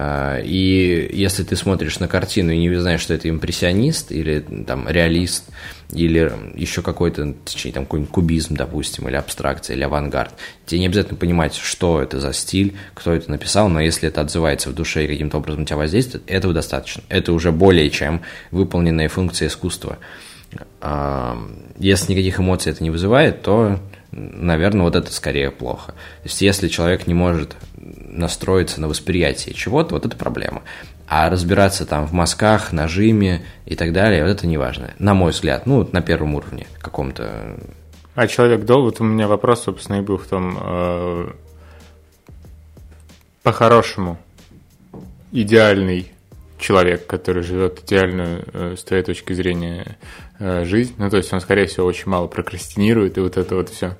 И если ты смотришь на картину и не знаешь, что это импрессионист или там реалист, или еще какой-то, точнее, там какой-нибудь кубизм, допустим, или абстракция, или авангард, тебе не обязательно понимать, что это за стиль, кто это написал, но если это отзывается в душе и каким-то образом на тебя воздействует, этого достаточно. Это уже более чем выполненная функция искусства. Если никаких эмоций это не вызывает, то, наверное, вот это скорее плохо. То есть если человек не может настроиться на восприятие чего-то, вот это проблема. А разбираться там в мазках, нажиме и так далее, вот это не важно. На мой взгляд, на первом уровне каком-то. А человек вот у меня вопрос, собственно, и был в том, по-хорошему, идеальный человек, который живет идеальную, с твоей точки зрения, жизнь, ну, то есть он, скорее всего, очень мало прокрастинирует, и вот это вот все,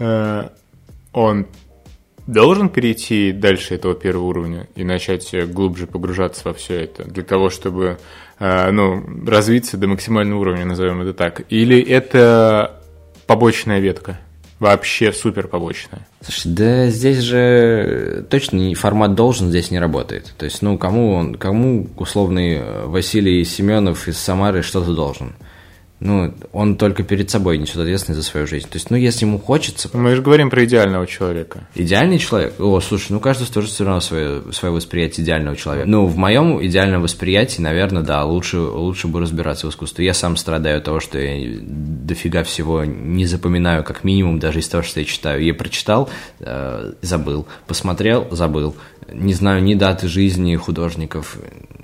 он должен перейти дальше этого первого уровня и начать глубже погружаться во все это для того, чтобы, развиться до максимального уровня, назовем это так, или это побочная ветка? Вообще супер побочная. Слушай, да здесь же точно формат должен здесь не работает. То есть, кому условный Василий Семенов из Самары что-то должен? Он только перед собой несет ответственность за свою жизнь. То есть, если ему хочется... Мы же говорим про идеального человека. Идеальный человек? Слушай, каждый тоже все равно свое восприятие идеального человека. В моем идеальном восприятии, наверное, да, лучше бы разбираться в искусстве. Я сам страдаю от того, что я дофига всего не запоминаю, как минимум, даже из того, что я читаю. Я прочитал, забыл, посмотрел, забыл. Не знаю ни даты жизни художников,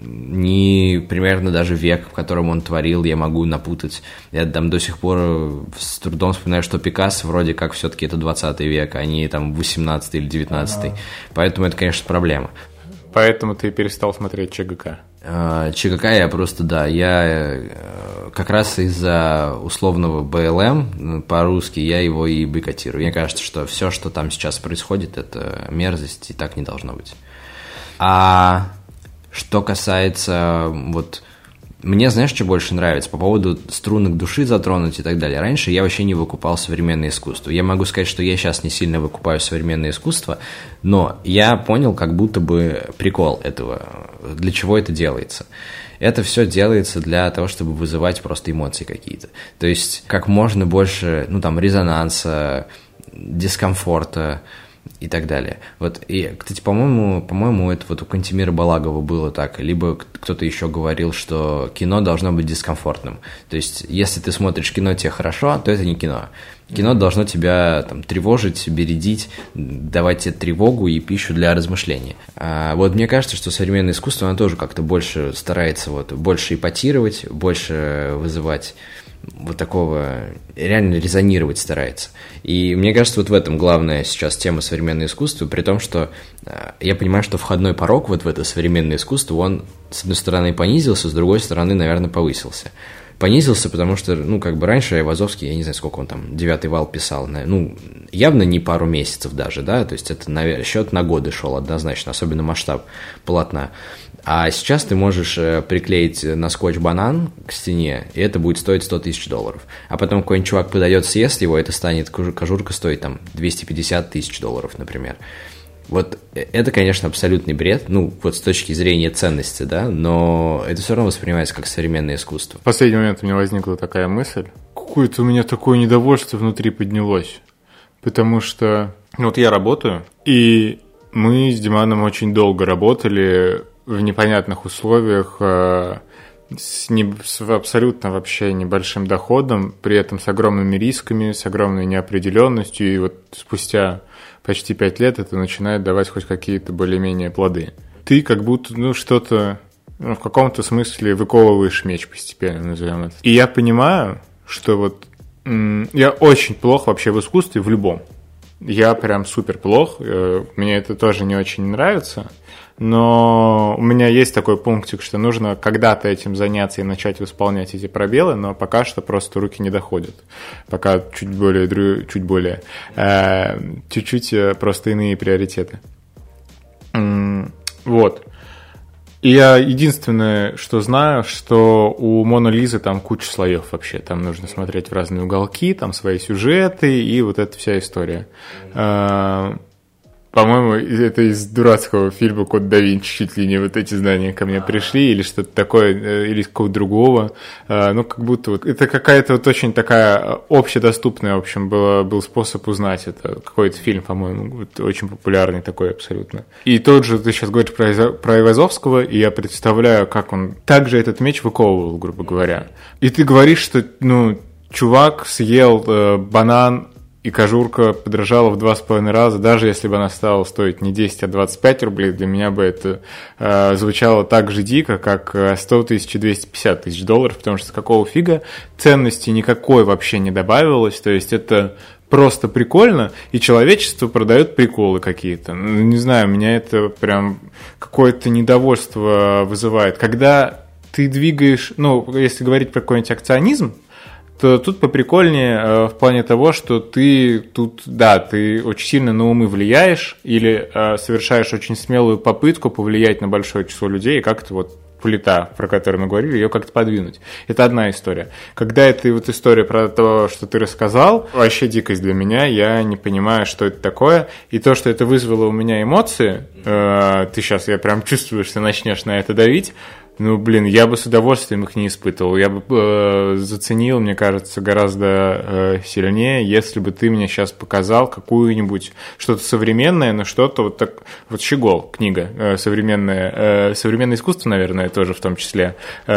ни примерно даже век, в котором он творил, я могу напутать. Я там до сих пор с трудом вспоминаю, что Пикассо вроде как все-таки это 20 век, а не там 18 или 19. Поэтому это, конечно, проблема. Поэтому ты перестал смотреть ЧГК? ЧГК я просто, я как раз из-за условного БЛМ по-русски я его и бойкотирую. Мне кажется, что все, что там сейчас происходит, это мерзость, и так не должно быть. А что касается мне, знаешь, что больше нравится? По поводу струнок души затронуть и так далее. Раньше я вообще не выкупал современное искусство. Я могу сказать, что я сейчас не сильно выкупаю современное искусство, но я понял как будто бы прикол этого, для чего это делается. Это все делается для того, чтобы вызывать просто эмоции какие-то. То есть как можно больше, резонанса, дискомфорта и так далее. И, кстати, по-моему, это у Кантемира Балагова было так, либо кто-то еще говорил, что кино должно быть дискомфортным. То есть, если ты смотришь кино, тебе хорошо, то это не кино. Кино должно тебя тревожить, бередить, давать тебе тревогу и пищу для размышления. Мне кажется, что современное искусство, оно тоже как-то больше старается больше эпатировать, больше вызывать такого, реально резонировать старается. И мне кажется, в этом главная сейчас тема современного искусства, при том, что я понимаю, что входной порог в это современное искусство, он, с одной стороны, понизился, с другой стороны, наверное, повысился. Понизился, потому что, раньше Айвазовский, я не знаю, сколько он там, 9-й вал писал, явно не пару месяцев даже, да, то есть это счет на годы шел однозначно, особенно масштаб полотна. А сейчас ты можешь приклеить на скотч банан к стене, и это будет стоить $100 тысяч. А потом какой-нибудь чувак подойдет, съест его, это станет, кожурка стоит там $250 тысяч, например. Это, конечно, абсолютный бред, с точки зрения ценности, да, но это все равно воспринимается как современное искусство. В последний момент у меня возникла такая мысль, какое-то у меня такое недовольство внутри поднялось, потому что, я работаю, и мы с Диманом очень долго работали в непонятных условиях, с абсолютно вообще небольшим доходом, при этом с огромными рисками, с огромной неопределенностью, и спустя почти 5 лет это начинает давать хоть какие-то более-менее плоды. Ты как будто, что-то, в каком-то смысле выковываешь меч постепенно, назовем это. И я понимаю, что я очень плох вообще в искусстве, в любом. Я прям супер плох, мне это тоже не очень нравится, но у меня есть такой пунктик, что нужно когда-то этим заняться и начать восполнять эти пробелы, но пока что просто руки не доходят. Пока чуть-чуть просто иные приоритеты. И я единственное, что знаю, что у Моны Лизы там куча слоев вообще. Там нужно смотреть в разные уголки, там свои сюжеты и эта вся история. По-моему, это из дурацкого фильма «Код да Винчи» чуть ли не эти знания ко мне пришли, или что-то такое, или из какого-то другого. Как будто это какая-то очень такая общедоступная, в общем, был способ узнать. Это какой-то фильм, по-моему, очень популярный такой абсолютно. И тот же, ты сейчас говоришь про Айвазовского, и я представляю, как он также этот меч выковывал, грубо говоря. И ты говоришь, что, чувак съел банан, и кожурка подорожала в 2,5 раза, даже если бы она стала стоить не 10, а 25 рублей, для меня бы это звучало так же дико, как 100 тысяч и 250 тысяч долларов, потому что с какого фига ценности никакой вообще не добавилось, то есть это просто прикольно, и человечество продает приколы какие-то. Не знаю, меня это прям какое-то недовольство вызывает. Когда ты двигаешь, если говорить про какой-нибудь акционизм, то тут поприкольнее в плане того, что ты тут, ты очень сильно на умы влияешь или совершаешь очень смелую попытку повлиять на большое число людей и как-то вот плита, про которую мы говорили, ее как-то подвинуть. Это одна история. Когда это вот история про то, что ты рассказал, вообще дикость для меня, я не понимаю, что это такое, и то, что это вызвало у меня эмоции, ты сейчас, я прям чувствую, что начнешь на это давить. Я бы с удовольствием их не испытывал. Я бы заценил, мне кажется, гораздо сильнее, если бы ты мне сейчас показал какую-нибудь что-то современное, но что-то вот так... Вот «Щегол» книга современная. Современное искусство, наверное, тоже в том числе.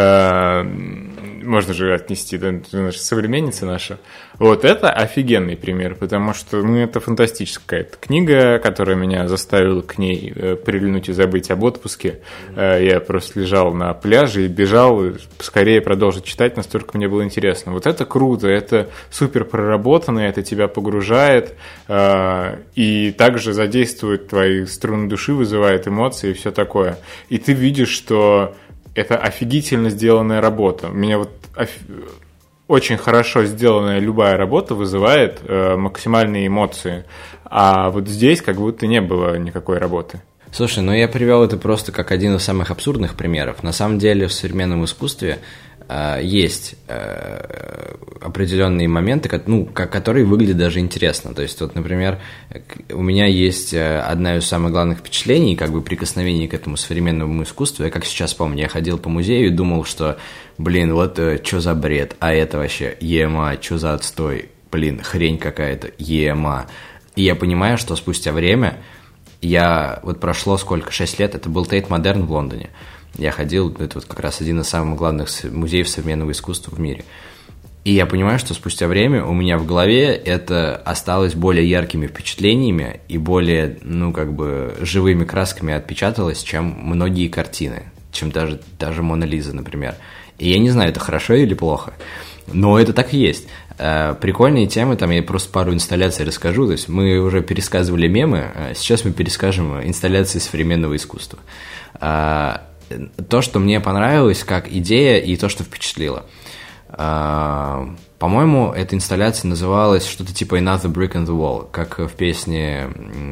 Можно же отнести, современница наша. Вот это офигенный пример, потому что это фантастическая книга, которая меня заставила к ней прильнуть и забыть об отпуске. Я просто лежал на пляже и бежал скорее продолжить читать, настолько мне было интересно. Вот это круто, это супер проработано, это тебя погружает и также задействует твои струны души, вызывает эмоции и все такое. И ты видишь, что это офигительно сделанная работа. Меня вот очень хорошо сделанная любая работа вызывает максимальные эмоции. А вот здесь как будто не было никакой работы. Слушай, я привел это просто как один из самых абсурдных примеров. На самом деле в современном искусстве есть определенные моменты, которые выглядят даже интересно. То есть, вот, например, у меня есть одна из самых главных впечатлений, прикосновений к этому современному искусству. Я как сейчас помню, я ходил по музею и думал, что, что за бред, а это вообще ЕМА, что за отстой, хрень какая-то, ЕМА. И я понимаю, что спустя время, прошло 6 лет, это был Тейт Модерн в Лондоне. Я ходил, это вот как раз один из самых главных музеев современного искусства в мире. И я понимаю, что спустя время у меня в голове это осталось более яркими впечатлениями и более, живыми красками отпечаталось, чем многие картины, чем даже Мона Лиза, например. И я не знаю, это хорошо или плохо, но это так и есть. Прикольные темы, я просто пару инсталляций расскажу. То есть мы уже пересказывали мемы, сейчас мы перескажем инсталляции современного искусства. То, что мне понравилось как идея и то, что впечатлило. По-моему, эта инсталляция называлась что-то типа Another Brick in the Wall, как в песне...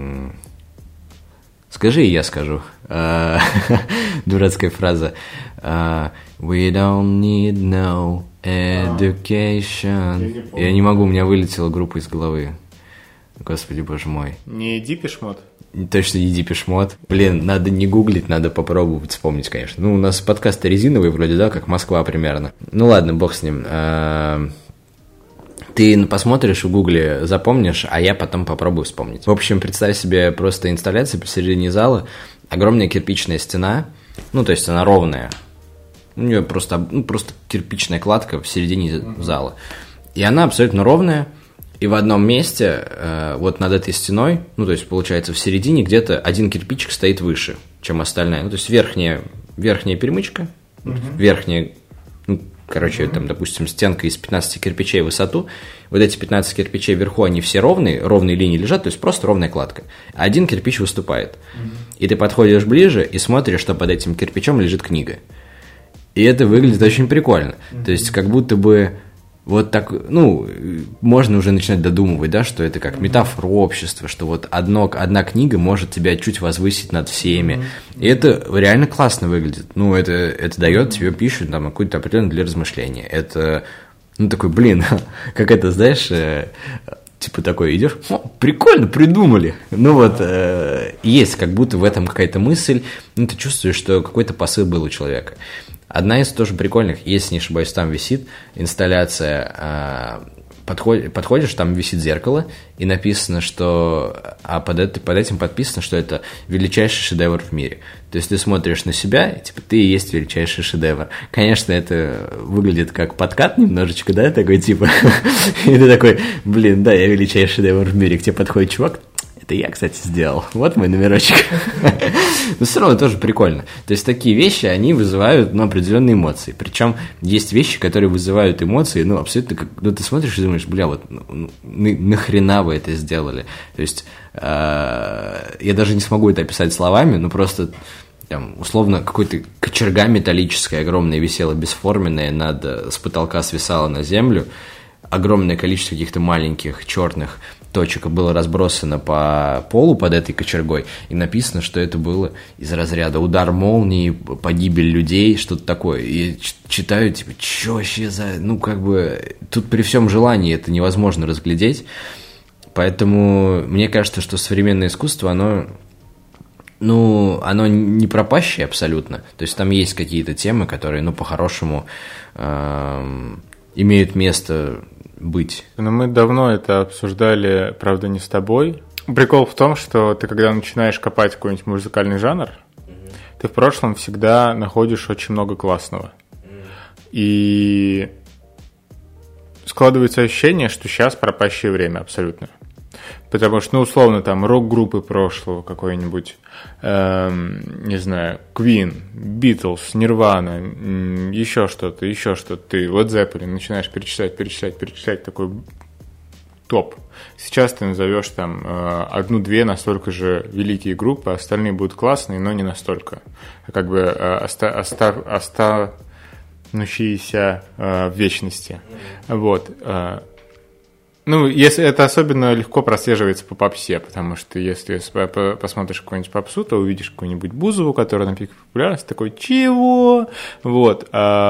Скажи, и я скажу. Дурацкая фраза. We don't need no education. Я не могу, у меня вылетела группа из головы. Господи, боже мой. Не Depeche Mode? Точно не Depeche Mode. Надо не гуглить, надо попробовать вспомнить, конечно. У нас подкасты резиновые вроде, как Москва примерно. Ладно, бог с ним. Ты посмотришь в гугле, запомнишь, а я потом попробую вспомнить. В общем, представь себе просто инсталляцию посередине зала. Огромная кирпичная стена, то есть она ровная. У нее просто кирпичная кладка в середине зала. И она абсолютно ровная. И в одном месте, над этой стеной, то есть получается в середине где-то один кирпичик стоит выше, чем остальная. То есть верхняя перемычка, верхняя, допустим, стенка из 15 кирпичей в высоту. Вот эти 15 кирпичей вверху, они все ровные линии лежат, то есть просто ровная кладка. А один кирпич выступает. И ты подходишь ближе и смотришь, что под этим кирпичом лежит книга. И это выглядит очень прикольно. То есть как будто бы вот так, можно уже начинать додумывать, что это как метафора общества, что одна книга может тебя чуть возвысить над всеми. И это реально классно выглядит. Это дает тебе пищу какую-то определенную для размышления. Это, такой, как это, знаешь, такой идешь, прикольно придумали. Есть как будто в этом какая-то мысль, ты чувствуешь, что какой-то посыл был у человека. Одна из тоже прикольных, если не ошибаюсь, там висит инсталляция, подходишь, там висит зеркало, и написано, что... под этим подписано, что это величайший шедевр в мире. То есть ты смотришь на себя, и ты и есть величайший шедевр. Конечно, это выглядит как подкат немножечко, такой и ты такой, я величайший шедевр в мире. К тебе подходит чувак, Это я, кстати, сделал. Вот мой номерочек. Но все равно тоже прикольно. То есть такие вещи, они вызывают, ну, определенные эмоции. Причем есть вещи, которые вызывают эмоции, ну, абсолютно, как, ну, ты смотришь и думаешь, бля, вот нахрена вы это сделали? То есть я даже не смогу это описать словами, но просто там, условно, какой-то кочерга металлическая огромная висела, бесформенная, с потолка свисала на землю. Огромное количество каких-то маленьких черных точек было разбросано по полу под этой кочергой, и написано, что это было из разряда удар молнии, погибель людей, что-то такое. И читаю, типа, что вообще за... Ну, как бы, тут при всем желании это невозможно разглядеть, поэтому мне кажется, что современное искусство, оно не пропащее абсолютно, то есть там есть какие-то темы, которые, ну, по-хорошему имеют место быть. Но мы давно это обсуждали, правда, не с тобой. Прикол в том, что ты, когда начинаешь копать какой-нибудь музыкальный жанр, ты в прошлом всегда находишь очень много классного. И складывается ощущение, что сейчас пропащее время абсолютно. Потому что, ну, условно, там, рок-группы прошлого какой-нибудь, не знаю, Queen, Beatles, Nirvana, еще что-то. Ты Led Zeppelin начинаешь перечислять такой топ. Сейчас ты назовешь там одну-две настолько же великие группы, остальные будут классные, но не настолько. Как бы останущиеся в вечности. Вот. Ну, если это особенно легко прослеживается по попсе, потому что если посмотришь какую-нибудь попсу, то увидишь какую-нибудь Бузову, которая на пике популярности, такой, чего? Вот.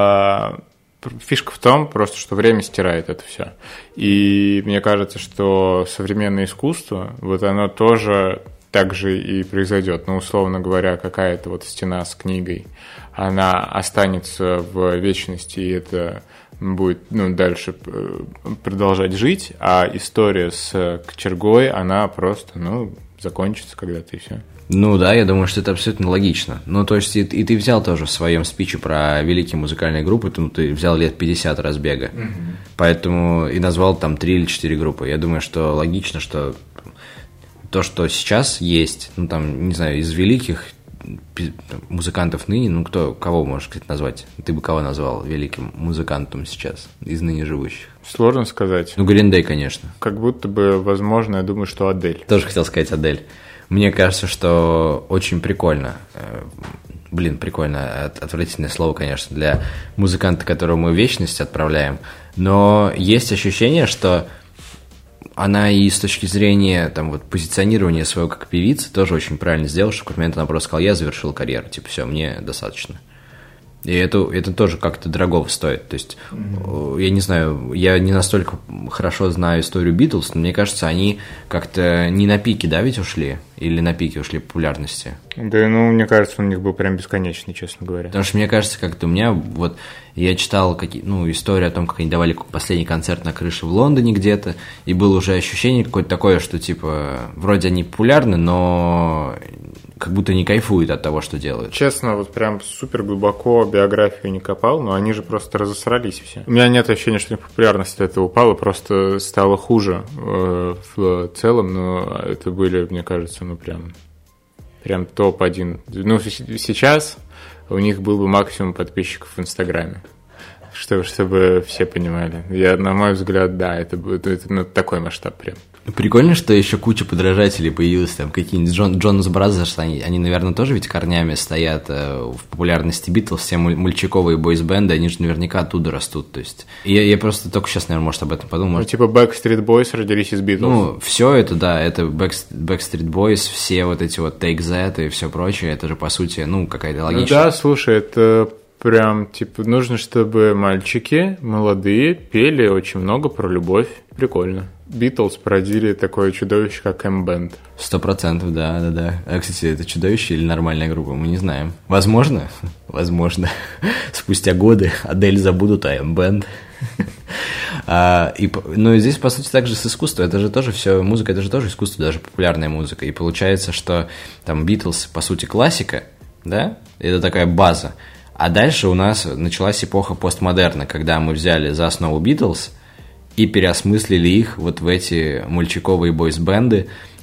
Фишка в том, просто, что время стирает это все. И мне кажется, что современное искусство, вот оно тоже так же и произойдет. Ну, условно говоря, какая-то вот стена с книгой, она останется в вечности, и это будет, ну, дальше продолжать жить, а история с кочергой, она просто, ну, закончится когда-то, и все. Ну да, я думаю, что это абсолютно логично. Ну, то есть, и ты взял тоже в своем спиче про великие музыкальные группы, ты взял лет 50 разбега, поэтому и назвал там 3 или 4 группы. Я думаю, что логично, что то, что сейчас есть, ну, там, не знаю, из великих музыкантов ныне, ну, кого можешь, кстати, назвать? Ты бы кого назвал великим музыкантом сейчас из ныне живущих? Сложно сказать. Ну, Green Day, конечно. Как будто бы, возможно, я думаю, что Адель. Тоже хотел сказать Адель. Мне кажется, что очень прикольно. Прикольно, отвратительное слово, конечно, для музыканта, которого мы в вечность отправляем. Но есть ощущение, что она и с точки зрения там, вот, позиционирования своего как певицы тоже очень правильно сделала, что в какой-то момент она просто сказала, я завершил карьеру, типа, все, мне достаточно. И это тоже как-то дорого стоит. То есть, я не знаю, я не настолько хорошо знаю историю Битлз, но мне кажется, они как-то не на пике, да, ведь ушли? Или на пике ушли популярности? Да, ну, мне кажется, у них был прям бесконечный, честно говоря. Потому что мне кажется, как-то у меня, вот, я читал историю о том, как они давали последний концерт на крыше в Лондоне где-то, и было уже ощущение какое-то такое, что, типа, вроде они популярны, но как будто не кайфуют от того, что делают. Честно, вот прям супер глубоко биографию не копал, но они же просто разосрались все. У меня нет ощущения, что у них популярность от этого упала, просто стало хуже в целом, но это были, мне кажется, ну прям топ-1. Ну, сейчас у них был бы максимум подписчиков в Инстаграме. Чтобы все понимали. На мой взгляд, да, это такой масштаб прям. Прикольно, что еще куча подражателей появилась, там какие-нибудь Джонас Бразерс, они, наверное, тоже ведь корнями стоят в популярности Битлз, все мальчиковые бойсбенды, они же наверняка оттуда растут, то есть. Я просто только сейчас, наверное, может, об этом подумал. Ну, типа Backstreet Boys родились из Битлз. Ну, все это, да, это Backstreet Boys, все вот эти вот Take That и все прочее, это же, по сути, ну, какая-то логичная. Ну, да, слушай, это прям, типа, нужно, чтобы мальчики молодые пели очень много про любовь. Прикольно. Битлз породили такое чудовище, как M-Band. 100%, да. А, кстати, это чудовище или нормальная группа, мы не знаем. Возможно. Спустя годы Адель забудут, а M-Band. Ну, и здесь, по сути, также с искусством. Это же тоже все, музыка, это же тоже искусство, даже популярная музыка. И получается, что там Битлз, по сути, классика, да? Это такая база. А дальше у нас началась эпоха постмодерна, когда мы взяли за основу Битлз и переосмыслили их вот в эти мальчиковые бойсбенды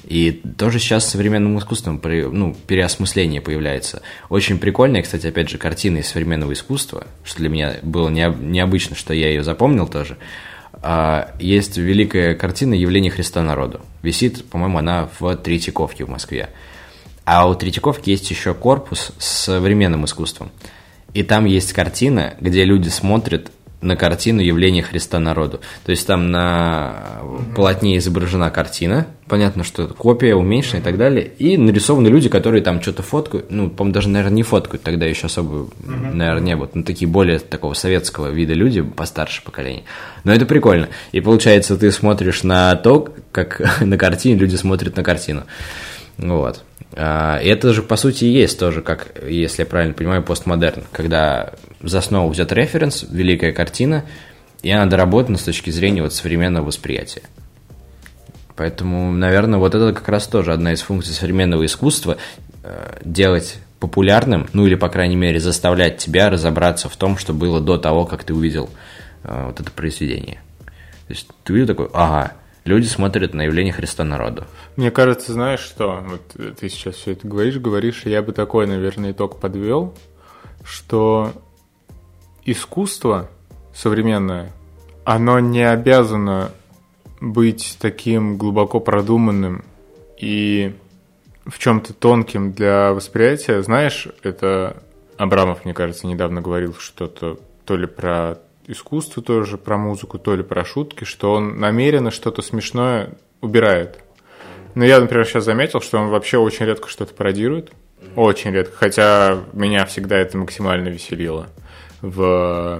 И тоже сейчас с современным искусством переосмысление появляется. Очень прикольная, кстати, опять же, картина из современного искусства, что для меня было необычно, что я ее запомнил тоже. Есть великая картина «Явление Христа народу». Висит, по-моему, она в Третьяковке в Москве. А у Третьяковки есть еще корпус с современным искусством. И там есть картина, где люди смотрят на картину «Явление Христа народу». То есть там на полотне изображена картина, понятно, что это копия, уменьшена и так далее, и нарисованы люди, которые там что-то фоткают, по-моему, даже, наверное, не фоткают, тогда еще особо, наверное, не было, такие более такого советского вида люди, постарше поколения. Но это прикольно. И получается, ты смотришь на то, как на картине люди смотрят на картину. Вот. И это же, по сути, и есть тоже, как, если я правильно понимаю, постмодерн, когда за основу взят референс, великая картина, и она доработана с точки зрения вот современного восприятия. Поэтому, наверное, вот это как раз тоже одна из функций современного искусства – делать популярным, или, по крайней мере, заставлять тебя разобраться в том, что было до того, как ты увидел вот это произведение. То есть ты увидел такой, люди смотрят на «Явление Христа народу». Мне кажется, знаешь что, вот ты сейчас все это говоришь, и я бы такой, наверное, итог подвел, что искусство современное, оно не обязано быть таким глубоко продуманным и в чем-то тонким для восприятия. Знаешь, это Абрамов, мне кажется, недавно говорил что-то то ли про искусство тоже, про музыку, то ли про шутки, что он намеренно что-то смешное убирает. Но я, например, сейчас заметил, что он вообще очень редко что-то пародирует. Очень редко. Хотя меня всегда это максимально веселило в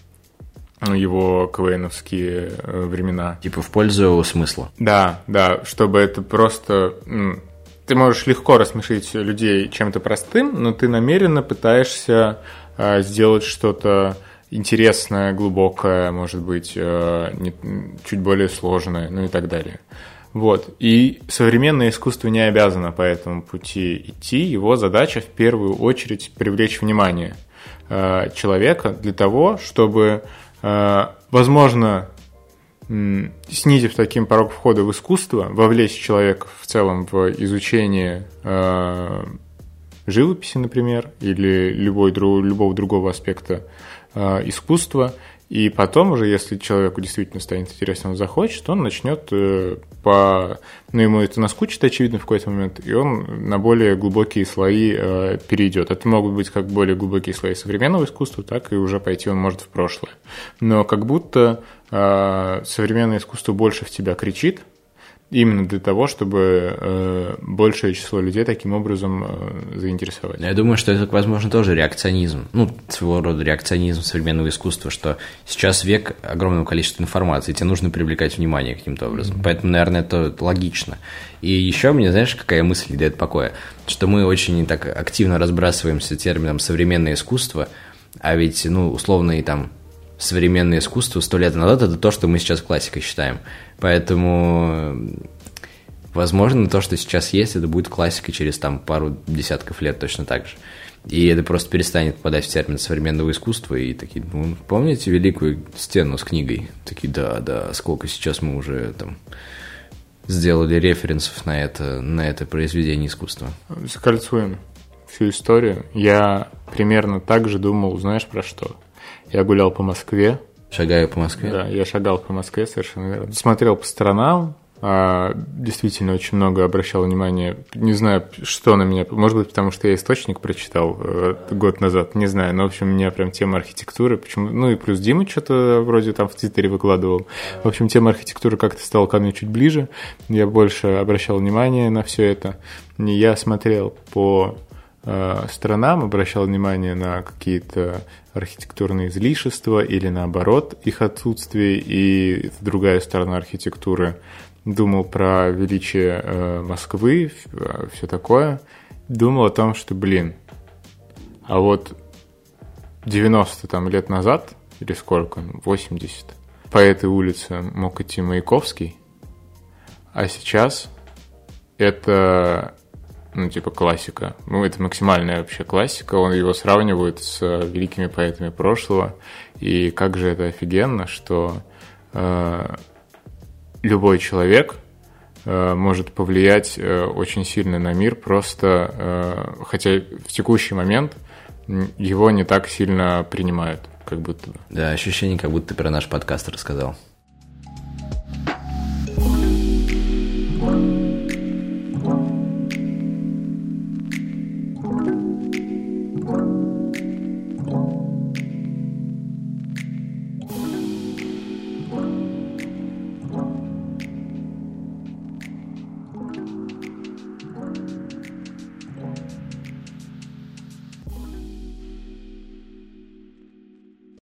его КВНовские времена. Типа в пользу смысла. Да, чтобы это просто... Ты можешь легко рассмешить людей чем-то простым, но ты намеренно пытаешься сделать что-то интересное, глубокое, может быть, чуть более сложное, и так далее. Вот. И современное искусство не обязано по этому пути идти. Его задача в первую очередь привлечь внимание человека для того, чтобы, возможно, снизив таким порог входа в искусство, вовлечь человека в целом в изучение живописи, например, или любого другого аспекта искусства, и потом уже, если человеку действительно станет интересно, он захочет, он начнет ему это наскучит, очевидно, в какой-то момент, и он на более глубокие слои перейдет. Это могут быть как более глубокие слои современного искусства, так и уже пойти он может в прошлое. Но как будто современное искусство больше в тебя кричит, именно для того, чтобы большее число людей таким образом заинтересовать. Я думаю, что это, возможно, тоже реакционизм. Своего рода реакционизм современного искусства, что сейчас век огромного количества информации, тебе нужно привлекать внимание каким-то образом. Поэтому, наверное, это логично. И еще мне, знаешь, какая мысль не дает покоя? Что мы очень так активно разбрасываемся термином «современное искусство», а ведь, условно, и там современное искусство 100 лет назад – это то, что мы сейчас классикой считаем. Поэтому, возможно, то, что сейчас есть, это будет классикой через пару десятков лет точно так же. И это просто перестанет попадать в термин современного искусства. И такие, помните великую стену с книгой? Такие, да, сколько сейчас мы уже сделали референсов на это произведение искусства. Закольцуем всю историю. Я примерно так же думал, знаешь, про что? Я гулял по Москве. Шагаю по Москве? Да, я шагал по Москве, совершенно верно. Смотрел по сторонам, действительно очень много обращал внимание. Не знаю, что на меня... Может быть, потому что я источник прочитал год назад, не знаю. Но, в общем, меня прям тема архитектуры... Почему? И плюс Дима что-то вроде там в Твиттере выкладывал. В общем, тема архитектуры как-то стала ко мне чуть ближе. Я больше обращал внимание на все это. И я смотрел по сторонам, обращал внимание на какие-то архитектурные излишества или наоборот их отсутствие, и другая сторона архитектуры. Думал про величие Москвы, все такое. Думал о том, что, а вот 90 лет назад, или сколько, 80, по этой улице мог идти Маяковский, а сейчас это... классика. Это максимальная вообще классика. Он его сравнивает с великими поэтами прошлого. И как же это офигенно, что любой человек может повлиять очень сильно на мир, просто хотя в текущий момент его не так сильно принимают, как будто бы. Да, ощущение, как будто ты про наш подкаст рассказал.